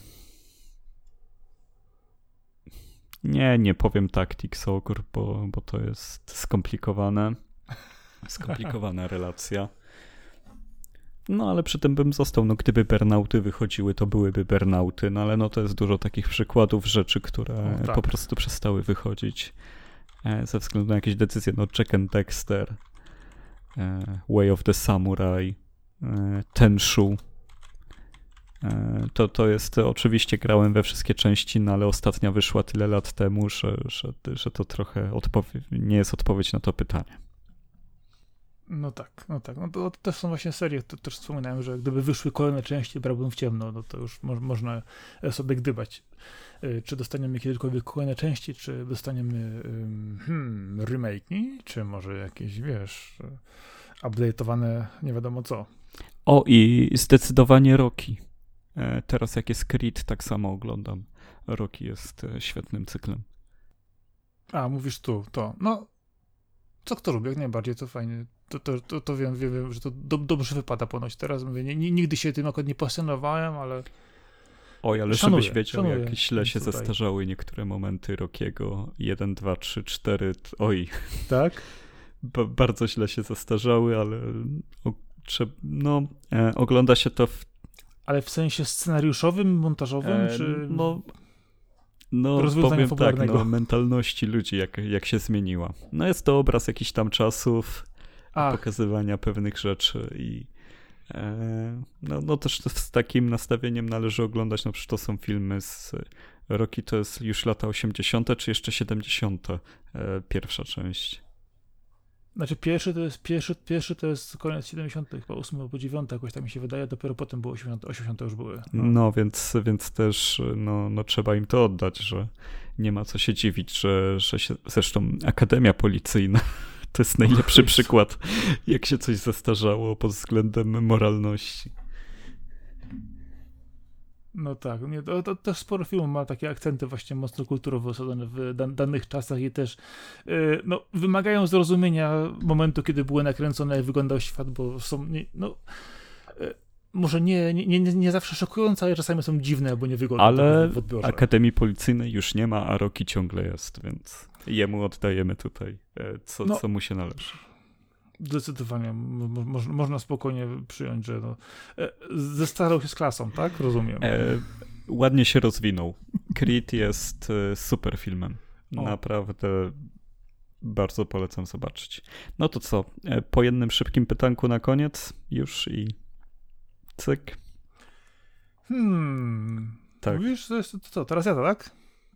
nie, nie powiem Tactics Ogre, bo, bo to jest skomplikowane. Skomplikowana relacja. No ale przy tym bym został, no gdyby Burnouty wychodziły, to byłyby Burnouty, no ale no to jest dużo takich przykładów rzeczy, które o, tak. po prostu przestały wychodzić e, ze względu na jakieś decyzje, no Jak and Dexter, e, Way of the Samurai, e, Tenshu, e, to, to jest, oczywiście grałem we wszystkie części, no ale ostatnia wyszła tyle lat temu, że, że, że to trochę odpowie- nie jest odpowiedź na to pytanie. No tak, no tak. No to, to też są właśnie serie, to też wspominałem, że gdyby wyszły kolejne części, brałbym w ciemno, no to już mo- można sobie gdybać. Czy dostaniemy kiedykolwiek kolejne części, czy dostaniemy hmm, remake'i, czy może jakieś, wiesz, update'owane nie wiadomo co. O, i zdecydowanie Rocky. Teraz jak jest Creed, tak samo oglądam. Rocky jest świetnym cyklem. A, mówisz tu, to. No, co kto lubi, jak najbardziej, to fajnie. To, to, to, to wiem, wiem, wiem, że to do, dobrze wypada ponoć. Teraz mówię, nie, nigdy się tym akurat nie pasjonowałem, ale oj, ale szanuję, żebyś wiedział, szanuję. jak źle się Tutaj. zestarzały niektóre momenty Rockiego. jeden, dwa, trzy, cztery, oj. Tak? B- bardzo źle się zestarzały, ale o, trze- no, e, ogląda się to w... Ale w sensie scenariuszowym, montażowym, e, czy... No, no powiem tak, no, mentalności ludzi, jak, jak się zmieniła. No jest to obraz jakichś tam czasów, Ach. pokazywania pewnych rzeczy i e, no, no też z takim nastawieniem należy oglądać, no przecież to są filmy z Rocky, to jest już lata osiemdziesiąte czy jeszcze siedemdziesiąte e, pierwsza część. Znaczy pierwszy to jest pierwszy, pierwszy to jest koniec siedemdziesiątych, chyba ósmy albo dziewiąty, jakoś tak mi się wydaje, dopiero potem było osiemdziesiąte, osiemdziesiąte już były. No, no więc, więc też no, no trzeba im to oddać, że nie ma co się dziwić, że, że się, zresztą Akademia Policyjna to jest najlepszy przykład, jak się coś zestarzało pod względem moralności. No tak, nie, to, to też sporo filmów ma takie akcenty właśnie mocno kulturowo osadzone w dan- danych czasach i też yy, no, wymagają zrozumienia momentu, kiedy były nakręcone, jak wyglądał świat, bo są, nie, no, yy, może nie, nie, nie, nie zawsze szokujące, ale czasami są dziwne, albo niewygodne. Ale w, w odbiorze. Akademii Policyjnej już nie ma, a Rocky ciągle jest, więc jemu oddajemy tutaj, co, no, co mu się należy. Zdecydowanie. Mo- mo- można spokojnie przyjąć, że no, e, zestarał się z klasą, tak? Rozumiem. E, ładnie się rozwinął. Creed jest e, super filmem. O. Naprawdę bardzo polecam zobaczyć. No to co? E, po jednym szybkim pytanku na koniec już i cyk. Hmm. Tak. Mówisz, to jest to co? Teraz ja, tak?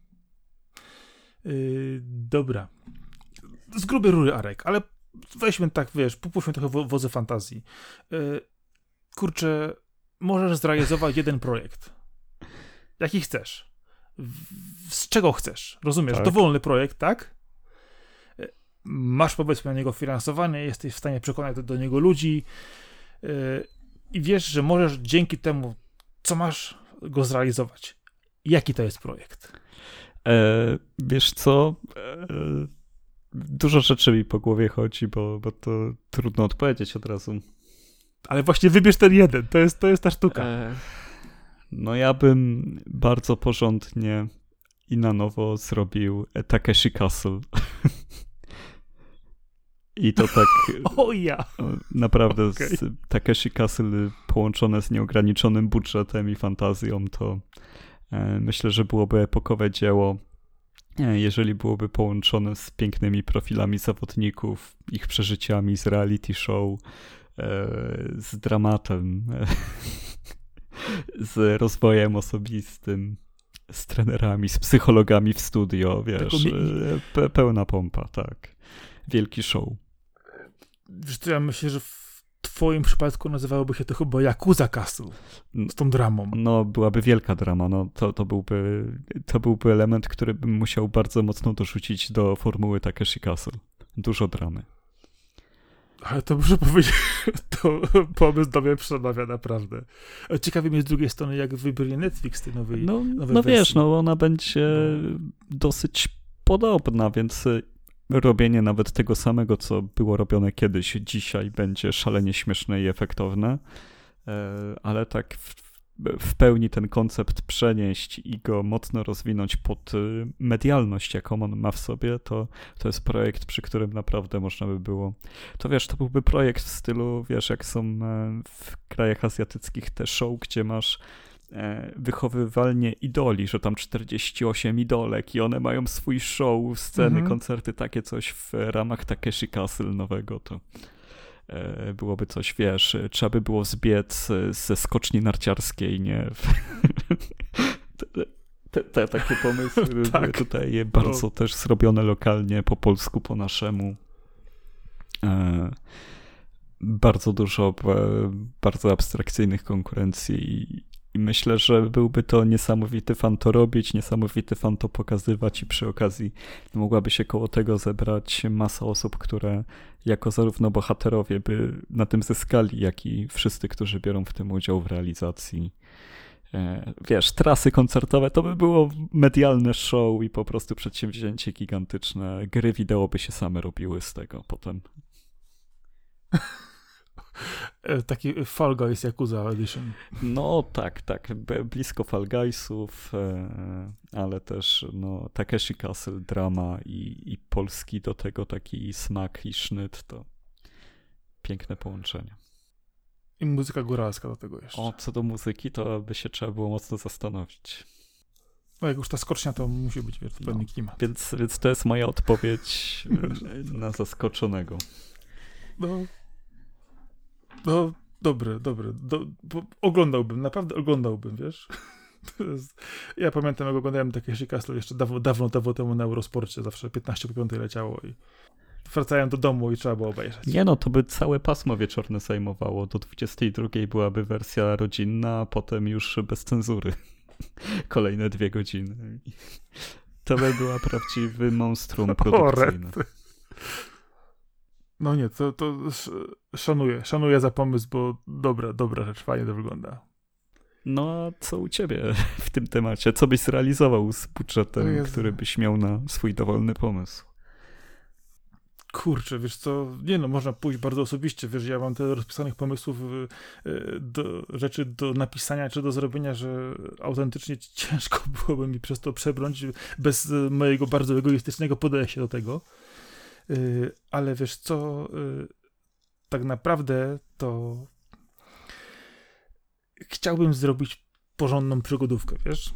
Yy, dobra. Z grubej rury, Arek, ale weźmy tak, wiesz, pupuśmy trochę wo- wodze fantazji. Yy, kurczę, możesz zrealizować jeden projekt. Jaki chcesz. W- z czego chcesz. Rozumiesz? Tak. Dowolny projekt, tak? Yy, masz, powiedzmy, na niego finansowanie, jesteś w stanie przekonać do, do niego ludzi yy, i wiesz, że możesz dzięki temu, co masz, go zrealizować. Jaki to jest projekt? E, wiesz co? E, dużo rzeczy mi po głowie chodzi, bo, bo to trudno odpowiedzieć od razu. Ale właśnie wybierz ten jeden, to jest, to jest ta sztuka. E, no ja bym bardzo porządnie i na nowo zrobił Takeshi Castle. I to tak O ja! naprawdę Okay. z Takeshi Castle połączone z nieograniczonym budżetem i fantazją, to e, myślę, że byłoby epokowe dzieło, e, jeżeli byłoby połączone z pięknymi profilami zawodników, ich przeżyciami z reality show, e, z dramatem, e, z rozwojem osobistym, z trenerami, z psychologami w studio, wiesz, mi- e, pe- pełna pompa, tak. Wielki show. Wiesz co, ja myślę, że w twoim przypadku nazywałoby się to chyba Yakuza Castle z tą dramą. No, byłaby wielka drama, no to, to, byłby, to byłby element, który bym musiał bardzo mocno dorzucić do formuły Takeshi Castle. Dużo dramy. Ale to muszę powiedzieć, to pomysł do mnie przemawia naprawdę. Ciekawi mnie z drugiej strony, jak wybrnie Netflix tej nowej, No, nowej no wersji. wiesz, no ona będzie No. dosyć podobna, więc robienie nawet tego samego, co było robione kiedyś, dzisiaj będzie szalenie śmieszne i efektowne, ale tak w, w pełni ten koncept przenieść i go mocno rozwinąć pod medialność, jaką on ma w sobie, to, to jest projekt, przy którym naprawdę można by było, to wiesz, to byłby projekt w stylu, wiesz, jak są w krajach azjatyckich te show, gdzie masz wychowywalnie idoli, że tam czterdzieści osiem idolek i one mają swój show, sceny, Mhm. koncerty, takie coś w ramach Takeshi Castle nowego, to e, byłoby coś, wiesz, trzeba by było zbiec ze skoczni narciarskiej, nie? te, te, te takie pomysły by Tak. były tutaj bardzo No. też też zrobione lokalnie, po polsku, po naszemu. E, bardzo dużo e, bardzo abstrakcyjnych konkurencji i I myślę, że byłby to niesamowity fan to robić, niesamowity fan to pokazywać i przy okazji mogłaby się koło tego zebrać masa osób, które jako zarówno bohaterowie by na tym zyskali, jak i wszyscy, którzy biorą w tym udział w realizacji. Wiesz, trasy koncertowe to by było medialne show i po prostu przedsięwzięcie gigantyczne. Gry wideo by się same robiły z tego potem. Taki Fall Guys Yakuza Edition. No tak, tak, b- blisko Fall Guysów, e, ale też no, Takeshi Castle, drama i, i polski do tego taki smak i sznyt, to piękne połączenie. I muzyka góralska do tego jeszcze. O, co do muzyki, to by się trzeba było mocno zastanowić. No jak już ta skocznia, to musi być wiesz, pewny No. klimat. Więc, więc to jest moja odpowiedź e, na zaskoczonego. No, no dobre, dobre. Do, bo oglądałbym, naprawdę oglądałbym, wiesz. To jest, ja pamiętam, jak oglądałem Takeshi Castle jeszcze dawno, dawno, dawno temu na Eurosporcie, zawsze piętnaście po piątej leciało i wracałem do domu i trzeba było obejrzeć. Nie no, to by całe pasmo wieczorne zajmowało. Do dwudziestej drugiej byłaby wersja rodzinna, a potem już bez cenzury. Kolejne dwie godziny. To by była prawdziwy monstrum produkcyjne. No nie, to, to szanuję. Szanuję za pomysł, bo dobra, dobra rzecz, fajnie to wygląda. No a co u ciebie w tym temacie? Co byś zrealizował z budżetem, który byś miał na swój dowolny pomysł? Kurczę, wiesz co, nie no, można pójść bardzo osobiście, wiesz, ja mam tyle rozpisanych pomysłów do rzeczy do napisania czy do zrobienia, że autentycznie ciężko byłoby mi przez to przebrnąć bez mojego bardzo egoistycznego podejścia do tego. Ale wiesz co, tak naprawdę to chciałbym zrobić porządną przygodówkę, wiesz?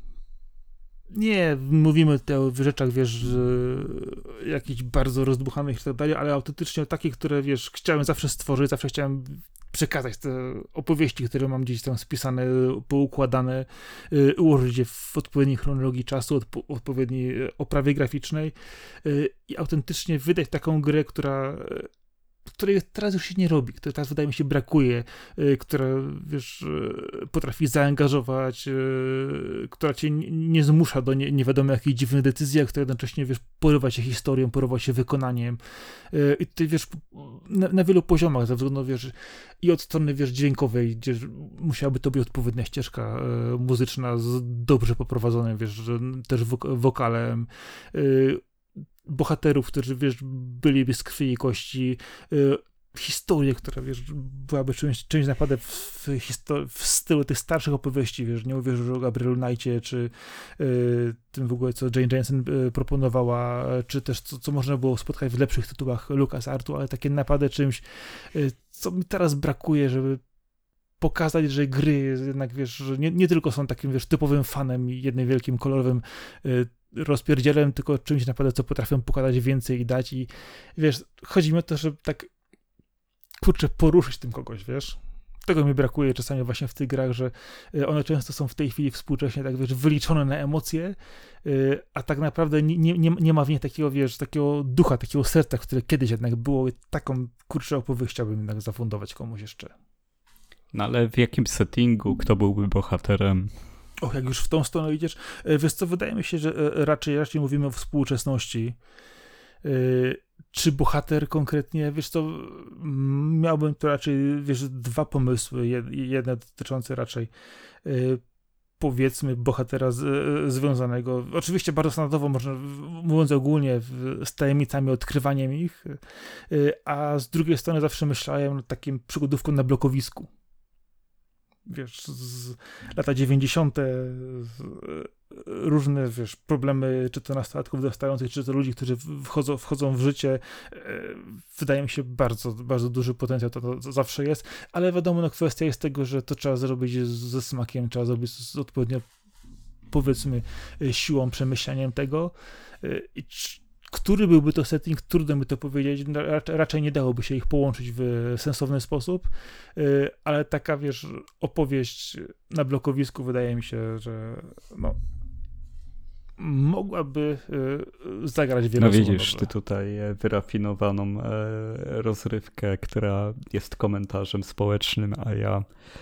Nie, mówimy tutaj o rzeczach, wiesz, jakichś bardzo rozdmuchanych i tak dalej, ale autentycznie takich, które, wiesz, chciałem zawsze stworzyć, zawsze chciałem przekazać te opowieści, które mam gdzieś tam spisane, poukładane, ułożyć je w odpowiedniej chronologii czasu, odpo- odpowiedniej oprawie graficznej i autentycznie wydać taką grę, która której teraz już się nie robi, której teraz wydaje mi się brakuje, y, która, wiesz, y, potrafi zaangażować, y, która cię nie, nie zmusza do nie, nie wiadomo jakich dziwnych decyzji, a która jednocześnie, wiesz, porywa się historią, porywa się wykonaniem. Y, I ty, wiesz, na, na wielu poziomach, ze względu, wiesz, i od strony, wiesz, dźwiękowej, gdzie musiałaby to być odpowiednia ścieżka y, muzyczna z dobrze poprowadzonym, wiesz, też wok- wokalem, y, bohaterów, którzy, wiesz, byliby z krwi i kości, y, historię, która, wiesz, byłaby czymś, czymś naprawdę w, histo- w stylu tych starszych opowieści, wiesz, nie mówię już o Gabrielu Knightie, czy y, tym w ogóle, co Jane Jensen y, proponowała, czy też co, co można było spotkać w lepszych tytułach LucasArtu, ale takie naprawdę czymś, y, co mi teraz brakuje, żeby pokazać, że gry jednak, wiesz, że nie, nie tylko są takim, wiesz, typowym fanem i jednym wielkim kolorowym y, rozpierdzielem, tylko czymś naprawdę, co potrafią pokazać więcej i dać i wiesz, chodzi mi o to, żeby tak kurczę, poruszyć tym kogoś, wiesz? Tego mi brakuje czasami właśnie w tych grach, że one często są w tej chwili współcześnie tak, wiesz, wyliczone na emocje, a tak naprawdę nie, nie, nie ma w niej takiego, wiesz, takiego ducha, takiego serca, które kiedyś jednak było i taką, kurczę, opowieść chciałbym jednak zafundować komuś jeszcze. No ale w jakim settingu, kto byłby bohaterem? Och, jak już w tą stronę idziesz, wiesz co, wydaje mi się, że raczej, raczej mówimy o współczesności. Czy bohater konkretnie, wiesz co, miałbym tu raczej, wiesz, dwa pomysły, jedne dotyczące raczej powiedzmy bohatera z, związanego, oczywiście bardzo standardowo, można, mówiąc ogólnie, z tajemnicami, odkrywaniem ich, a z drugiej strony zawsze myślałem nad takim przygodówką na blokowisku. Wiesz, z lata dziewięćdziesiąte różne, wiesz, problemy, czy to nastolatków dorastających, czy to ludzi, którzy wchodzą, wchodzą w życie. Wydaje mi się bardzo, bardzo duży potencjał, to, to zawsze jest, ale wiadomo, no, kwestia jest tego, że to trzeba zrobić ze smakiem, trzeba zrobić z odpowiednio, powiedzmy, siłą, przemyśleniem tego. I który byłby to setting, trudno mi to powiedzieć, raczej nie dałoby się ich połączyć w sensowny sposób, ale taka, wiesz, opowieść na blokowisku wydaje mi się, że no, mogłaby zagrać wiele. No widzisz, ty tutaj wyrafinowaną rozrywkę, która jest komentarzem społecznym, a ja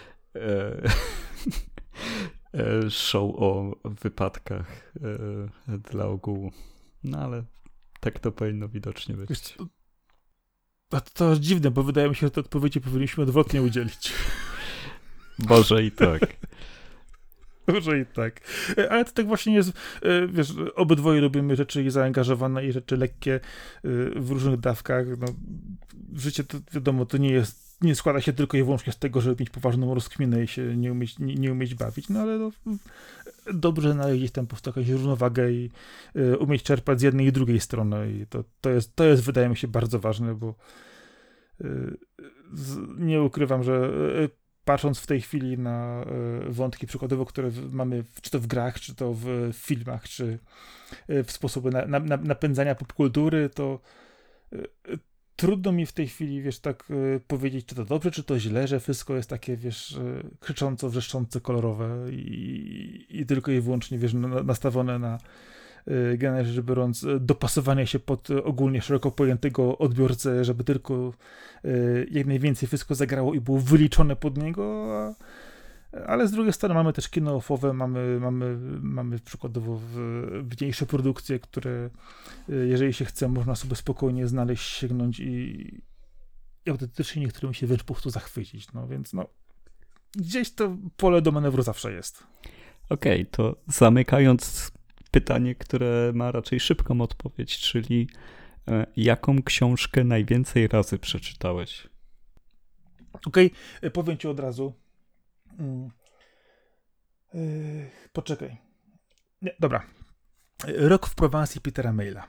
show o wypadkach dla ogółu. No ale tak to powinno widocznie być. Wiesz, to, to, to jest dziwne, bo wydaje mi się, że te odpowiedzi powinniśmy odwrotnie udzielić. Może i tak. Może i tak. Ale to tak właśnie jest, wiesz, obydwoje lubimy rzeczy zaangażowane i rzeczy lekkie w różnych dawkach. No, życie to, wiadomo, to nie jest, nie składa się tylko i wyłącznie z tego, żeby mieć poważną rozkminę i się nie umieć, nie, nie umieć bawić, no ale no, dobrze znaleźć tam po prostu jakąś równowagę i y, umieć czerpać z jednej i drugiej strony i to, to, jest, to jest, wydaje mi się, bardzo ważne, bo y, z, nie ukrywam, że y, patrząc w tej chwili na y, wątki przykładowo, które w, mamy w, czy to w grach, czy to w filmach, czy y, w sposobie na, na, na, napędzania popkultury, to y, trudno mi w tej chwili, wiesz, tak y, powiedzieć, czy to dobrze, czy to źle, że wszystko jest takie, wiesz, y, krzycząco, wrzeszczące, kolorowe i, i tylko i wyłącznie, wiesz, na, nastawione na, generalnie rzecz biorąc, dopasowanie się pod ogólnie szeroko pojętego odbiorcę, żeby tylko jak najwięcej wszystko zagrało i było wyliczone pod niego, ale z drugiej strony mamy też kino offowe, mamy, mamy, mamy przykładowo mniejsze produkcje, które jeżeli się chce, można sobie spokojnie znaleźć, sięgnąć i, i autentycznie niektórym się wręcz po prostu zachwycić, no więc no gdzieś to pole do manewru zawsze jest. Okej, okay, to zamykając pytanie, które ma raczej szybką odpowiedź, czyli e, jaką książkę najwięcej razy przeczytałeś? Okej, okay, powiem ci od razu. Hmm. Yy, poczekaj. Nie, dobra. Rok w Prowansji Petera Maila.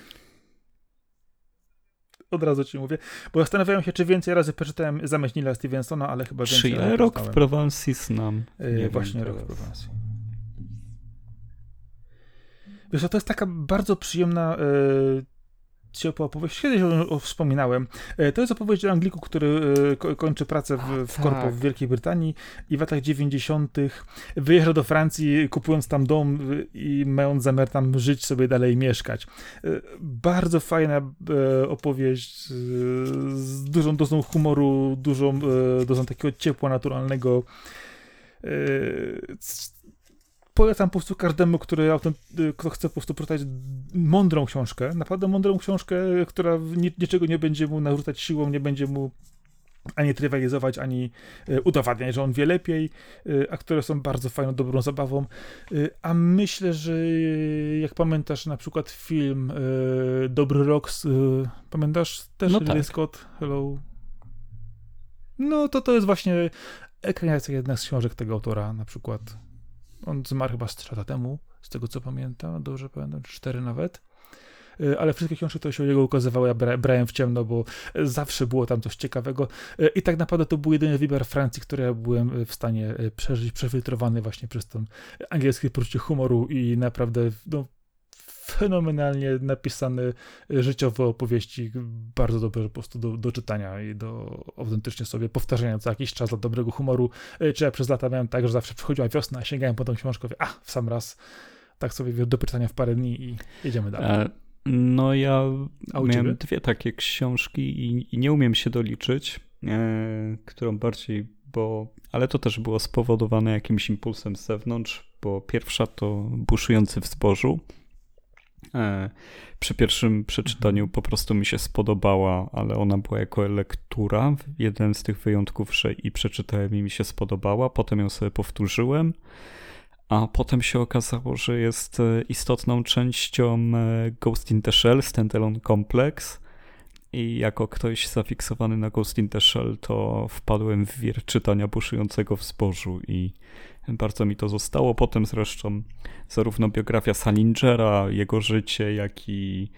Od razu ci mówię, bo zastanawiałem się, czy więcej razy przeczytałem Zamek Nila Stevensona, ale chyba więcej. Czy ja Rok w Prowansji znam? Yy, właśnie Rok w Prowansji. Wiesz, to jest taka bardzo przyjemna yy, ciepła opowieść. Kiedyś o, o wspominałem. Yy, to jest opowieść o Angliku, który yy, ko- kończy pracę w, w A, korpo tak. w Wielkiej Brytanii i w latach dziewięćdziesiątych wyjeżdża do Francji, kupując tam dom yy, i mając zamiar tam żyć sobie dalej, mieszkać. Yy, bardzo fajna yy, opowieść yy, z dużą dozą humoru, dużą yy, dozą takiego ciepła naturalnego. Yy, Polecam po prostu każdemu, który, kto chce po prostu przeczytać mądrą książkę, naprawdę mądrą książkę, która niczego nie będzie mu narzucać siłą, nie będzie mu ani trywializować, ani udowadniać, że on wie lepiej, a które są bardzo fajną, dobrą zabawą. A myślę, że jak pamiętasz na przykład film Dobry Rok, pamiętasz też? No Ridley tak. Scott, Hello. No to to jest właśnie ekranizacja jedna z książek tego autora na przykład. On zmarł chyba z trzy lata temu, z tego co pamiętam, dobrze pamiętam, cztery nawet. Ale wszystkie książki to się u niego ukazywały, ja bra- brałem w ciemno, bo zawsze było tam coś ciekawego. I tak naprawdę to był jedyny wymiar Francji, który ja byłem w stanie przeżyć, przefiltrowany właśnie przez to angielskie poczucie humoru i naprawdę no, fenomenalnie napisane życiowe opowieści, bardzo dobre po prostu do, do czytania i do autentycznie sobie powtarzania co jakiś czas dla dobrego humoru. Czy ja przez lata miałem tak, że zawsze przychodziła wiosna, a sięgałem po tą książkę, a w sam raz, tak sobie do pytania w parę dni i jedziemy dalej. E, no ja miałem ciebie? dwie takie książki i, i nie umiem się doliczyć, e, którą bardziej, bo, ale to też było spowodowane jakimś impulsem z zewnątrz, bo pierwsza to Buszujący w zbożu. E, przy pierwszym przeczytaniu po prostu mi się spodobała, ale ona była jako lektura, jeden z tych wyjątków, że i przeczytałem i mi się spodobała, potem ją sobie powtórzyłem, a potem się okazało, że jest istotną częścią Ghost in the Shell, Standalone Complex i jako ktoś zafiksowany na Ghost in the Shell to wpadłem w wir czytania Buszującego w zbożu i bardzo mi to zostało. Potem zresztą zarówno biografia Salingera, jego życie, jak i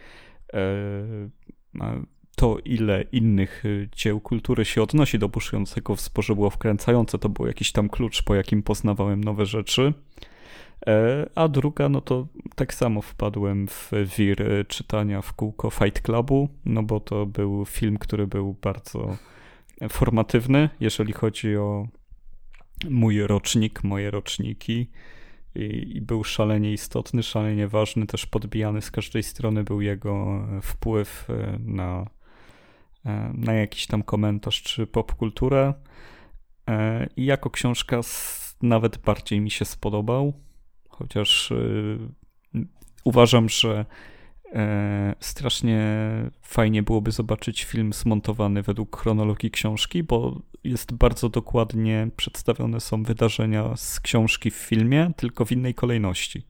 e, to, ile innych dzieł kultury się odnosi do Buszującego w zbożu, było wkręcające. To był jakiś tam klucz, po jakim poznawałem nowe rzeczy. E, a druga, no to tak samo wpadłem w wir czytania w kółko Fight Clubu, no bo to był film, który był bardzo formatywny, jeżeli chodzi o mój rocznik, moje roczniki i, i był szalenie istotny, szalenie ważny, też podbijany z każdej strony był jego wpływ na, na jakiś tam komentarz czy popkulturę i jako książka nawet bardziej mi się spodobał, chociaż uważam, że strasznie fajnie byłoby zobaczyć film zmontowany według chronologii książki, bo jest bardzo dokładnie przedstawione są wydarzenia z książki w filmie, tylko w innej kolejności.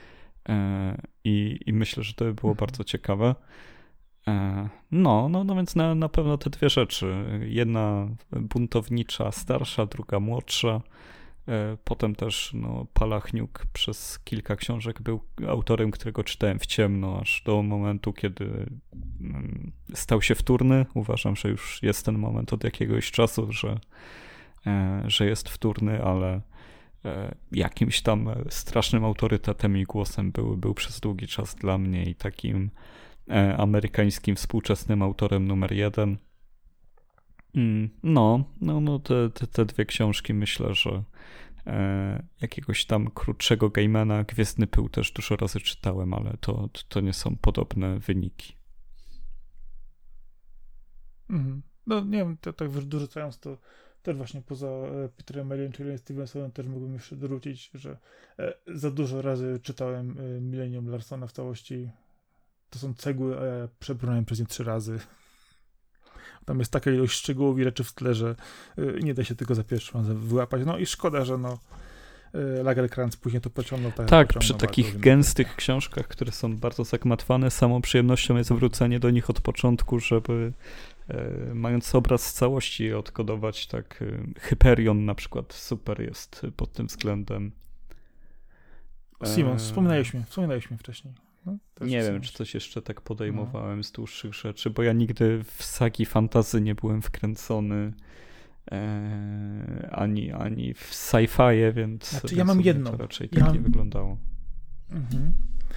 I, i myślę, że to by było bardzo ciekawe. No, no, no więc na, na pewno te dwie rzeczy. Jedna buntownicza, starsza, druga młodsza. Potem też no, Palachniuk przez kilka książek był autorem, którego czytałem w ciemno, aż do momentu, kiedy stał się wtórny. Uważam, że już jest ten moment od jakiegoś czasu, że, że jest wtórny, ale jakimś tam strasznym autorytetem i głosem był, był przez długi czas dla mnie i takim amerykańskim współczesnym autorem numer jeden. No, no, no te, te, te dwie książki myślę, że e, jakiegoś tam krótszego Gaimana. Gwiezdny Pył też dużo razy czytałem, ale to, to nie są podobne wyniki. Mhm. No nie wiem, to, tak dorzucając to też właśnie poza Peterem Melliem czy Stevensonem też mógłbym jeszcze dorzucić, że za dużo razy czytałem Millennium Larsona w całości. To są cegły, a ja przebrnąłem przez nie trzy razy. Tam jest taka ilość szczegółów i rzeczy w tle, że nie da się tego za pierwszym razem wyłapać. No i szkoda, że no Lagerkrantz później to pociągnął. Tak, tak pociągnął przy bardzo, takich gęstych książkach, które są bardzo zagmatwane, samą przyjemnością jest wrócenie do nich od początku, żeby e, mając obraz całości odkodować, tak e, Hyperion na przykład super jest pod tym względem. Simon, wspominałeś mnie, wspominałeś mnie wcześniej. No, nie wiem, czy coś jeszcze tak podejmowałem no. z dłuższych rzeczy, bo ja nigdy w sagi fantasy nie byłem wkręcony. Eee, ani, ani w sci-fi, więc, znaczy, więc ja mam jedną. to raczej ja tak mam... nie wyglądało. Mhm.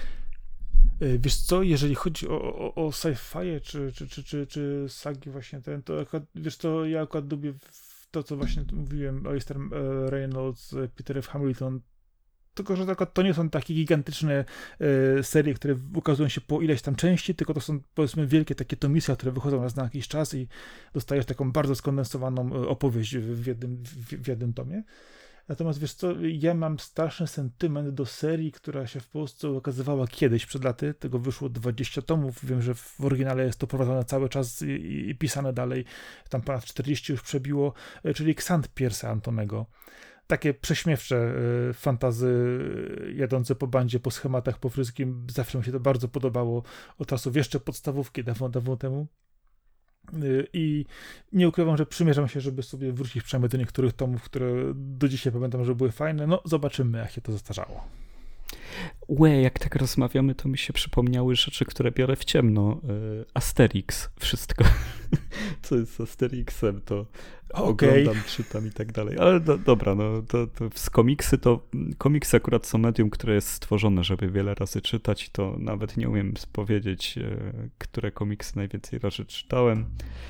Wiesz co, jeżeli chodzi o, o, o sci-fi czy, czy, czy, czy, czy sagi właśnie ten, to akurat, wiesz co, ja akurat lubię to, co właśnie mówiłem, Alistair Reynolds, Peter F. Hamilton, tylko że to nie są takie gigantyczne e, serie, które ukazują się po ileś tam części, tylko to są powiedzmy wielkie takie tomisy, które wychodzą raz na jakiś czas i dostajesz taką bardzo skondensowaną opowieść w jednym, w, w jednym tomie. Natomiast wiesz co, ja mam straszny sentyment do serii, która się w Polsce ukazywała kiedyś przed laty, tego wyszło dwadzieścia tomów, wiem, że w oryginale jest to prowadzone cały czas i, i, i pisane dalej, tam ponad czterdzieści już przebiło, czyli Ksant Pierce'a Antonego. Takie prześmiewcze y, fantazy y, jadące po bandzie, po schematach, po wszystkim. Zawsze mi się to bardzo podobało od czasów jeszcze podstawówki dawno, dawno temu. Y, I nie ukrywam, że przymierzam się, żeby sobie wrócić przynajmniej do niektórych tomów, które do dzisiaj pamiętam, że były fajne. No zobaczymy, jak się to zastarzało. Łe, jak tak rozmawiamy, to mi się przypomniały rzeczy, które biorę w ciemno. Asterix, wszystko, co jest z Asterixem, to okay. Oglądam, czytam i tak dalej. Ale do, dobra, no to, to z komiksy to, komiksy akurat są medium, które jest stworzone, żeby wiele razy czytać, to nawet nie umiem powiedzieć, które komiksy najwięcej razy czytałem.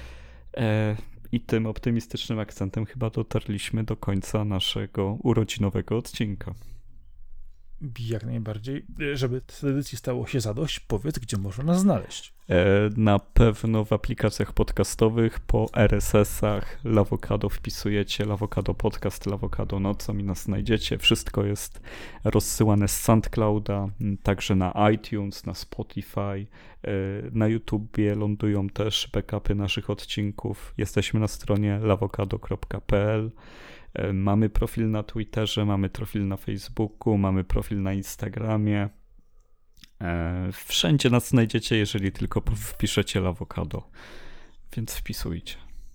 I tym optymistycznym akcentem chyba dotarliśmy do końca naszego urodzinowego odcinka. Jak najbardziej. Żeby tej edycji stało się zadość, powiedz, gdzie można nas znaleźć. Na pewno w aplikacjach podcastowych, po er es esach, Lawokado wpisujecie, Lawokado Podcast, Lawokado Nocą i nas znajdziecie. Wszystko jest rozsyłane z SoundClouda, także na iTunes, na Spotify, na YouTubie lądują też backupy naszych odcinków. Jesteśmy na stronie lawokado kropka pe el. Mamy profil na Twitterze, mamy profil na Facebooku, mamy profil na Instagramie. Wszędzie nas znajdziecie, jeżeli tylko wpiszecie Lawokado, więc wpisujcie.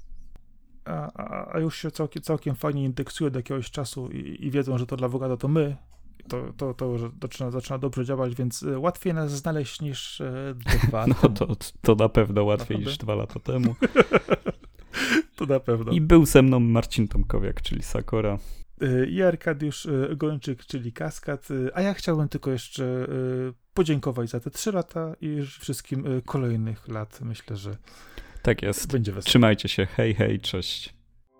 A, a, a już się całkiem, całkiem fajnie indeksuje od jakiegoś czasu i, i wiedzą, że to Lawokado to my. To, to, to już zaczyna, zaczyna dobrze działać, więc łatwiej nas znaleźć niż dwa no temu. To, to na pewno łatwiej Naprawdę? niż dwa lata temu. To na pewno. I był ze mną Marcin Tomkowiak, czyli Sakora. I Arkadiusz Gończyk, czyli Kaskad. A ja chciałbym tylko jeszcze podziękować za te trzy lata i wszystkim kolejnych lat. Myślę, że tak jest. Będzie wesoło. Trzymajcie się. Hej, hej, cześć.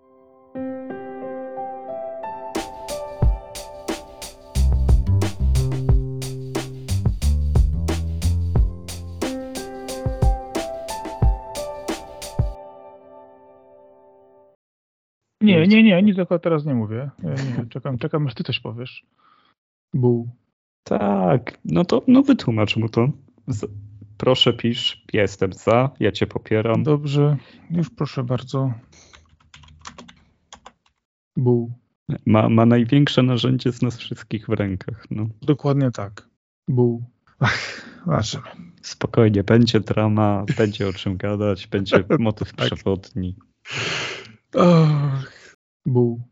Nie, nie, nie, nic tylko teraz nie mówię. Nie, czekam, czekam, aż ty coś powiesz. Bu. Tak, no to no wytłumacz mu to. Z, proszę pisz, jestem za, ja cię popieram. Dobrze, już proszę bardzo. Bu. Ma, ma największe narzędzie z nas wszystkich w rękach. No. Dokładnie tak. Bu. Ach, zobaczymy. Spokojnie, będzie drama, będzie o czym gadać, będzie motyw przewodni. Ach, bu.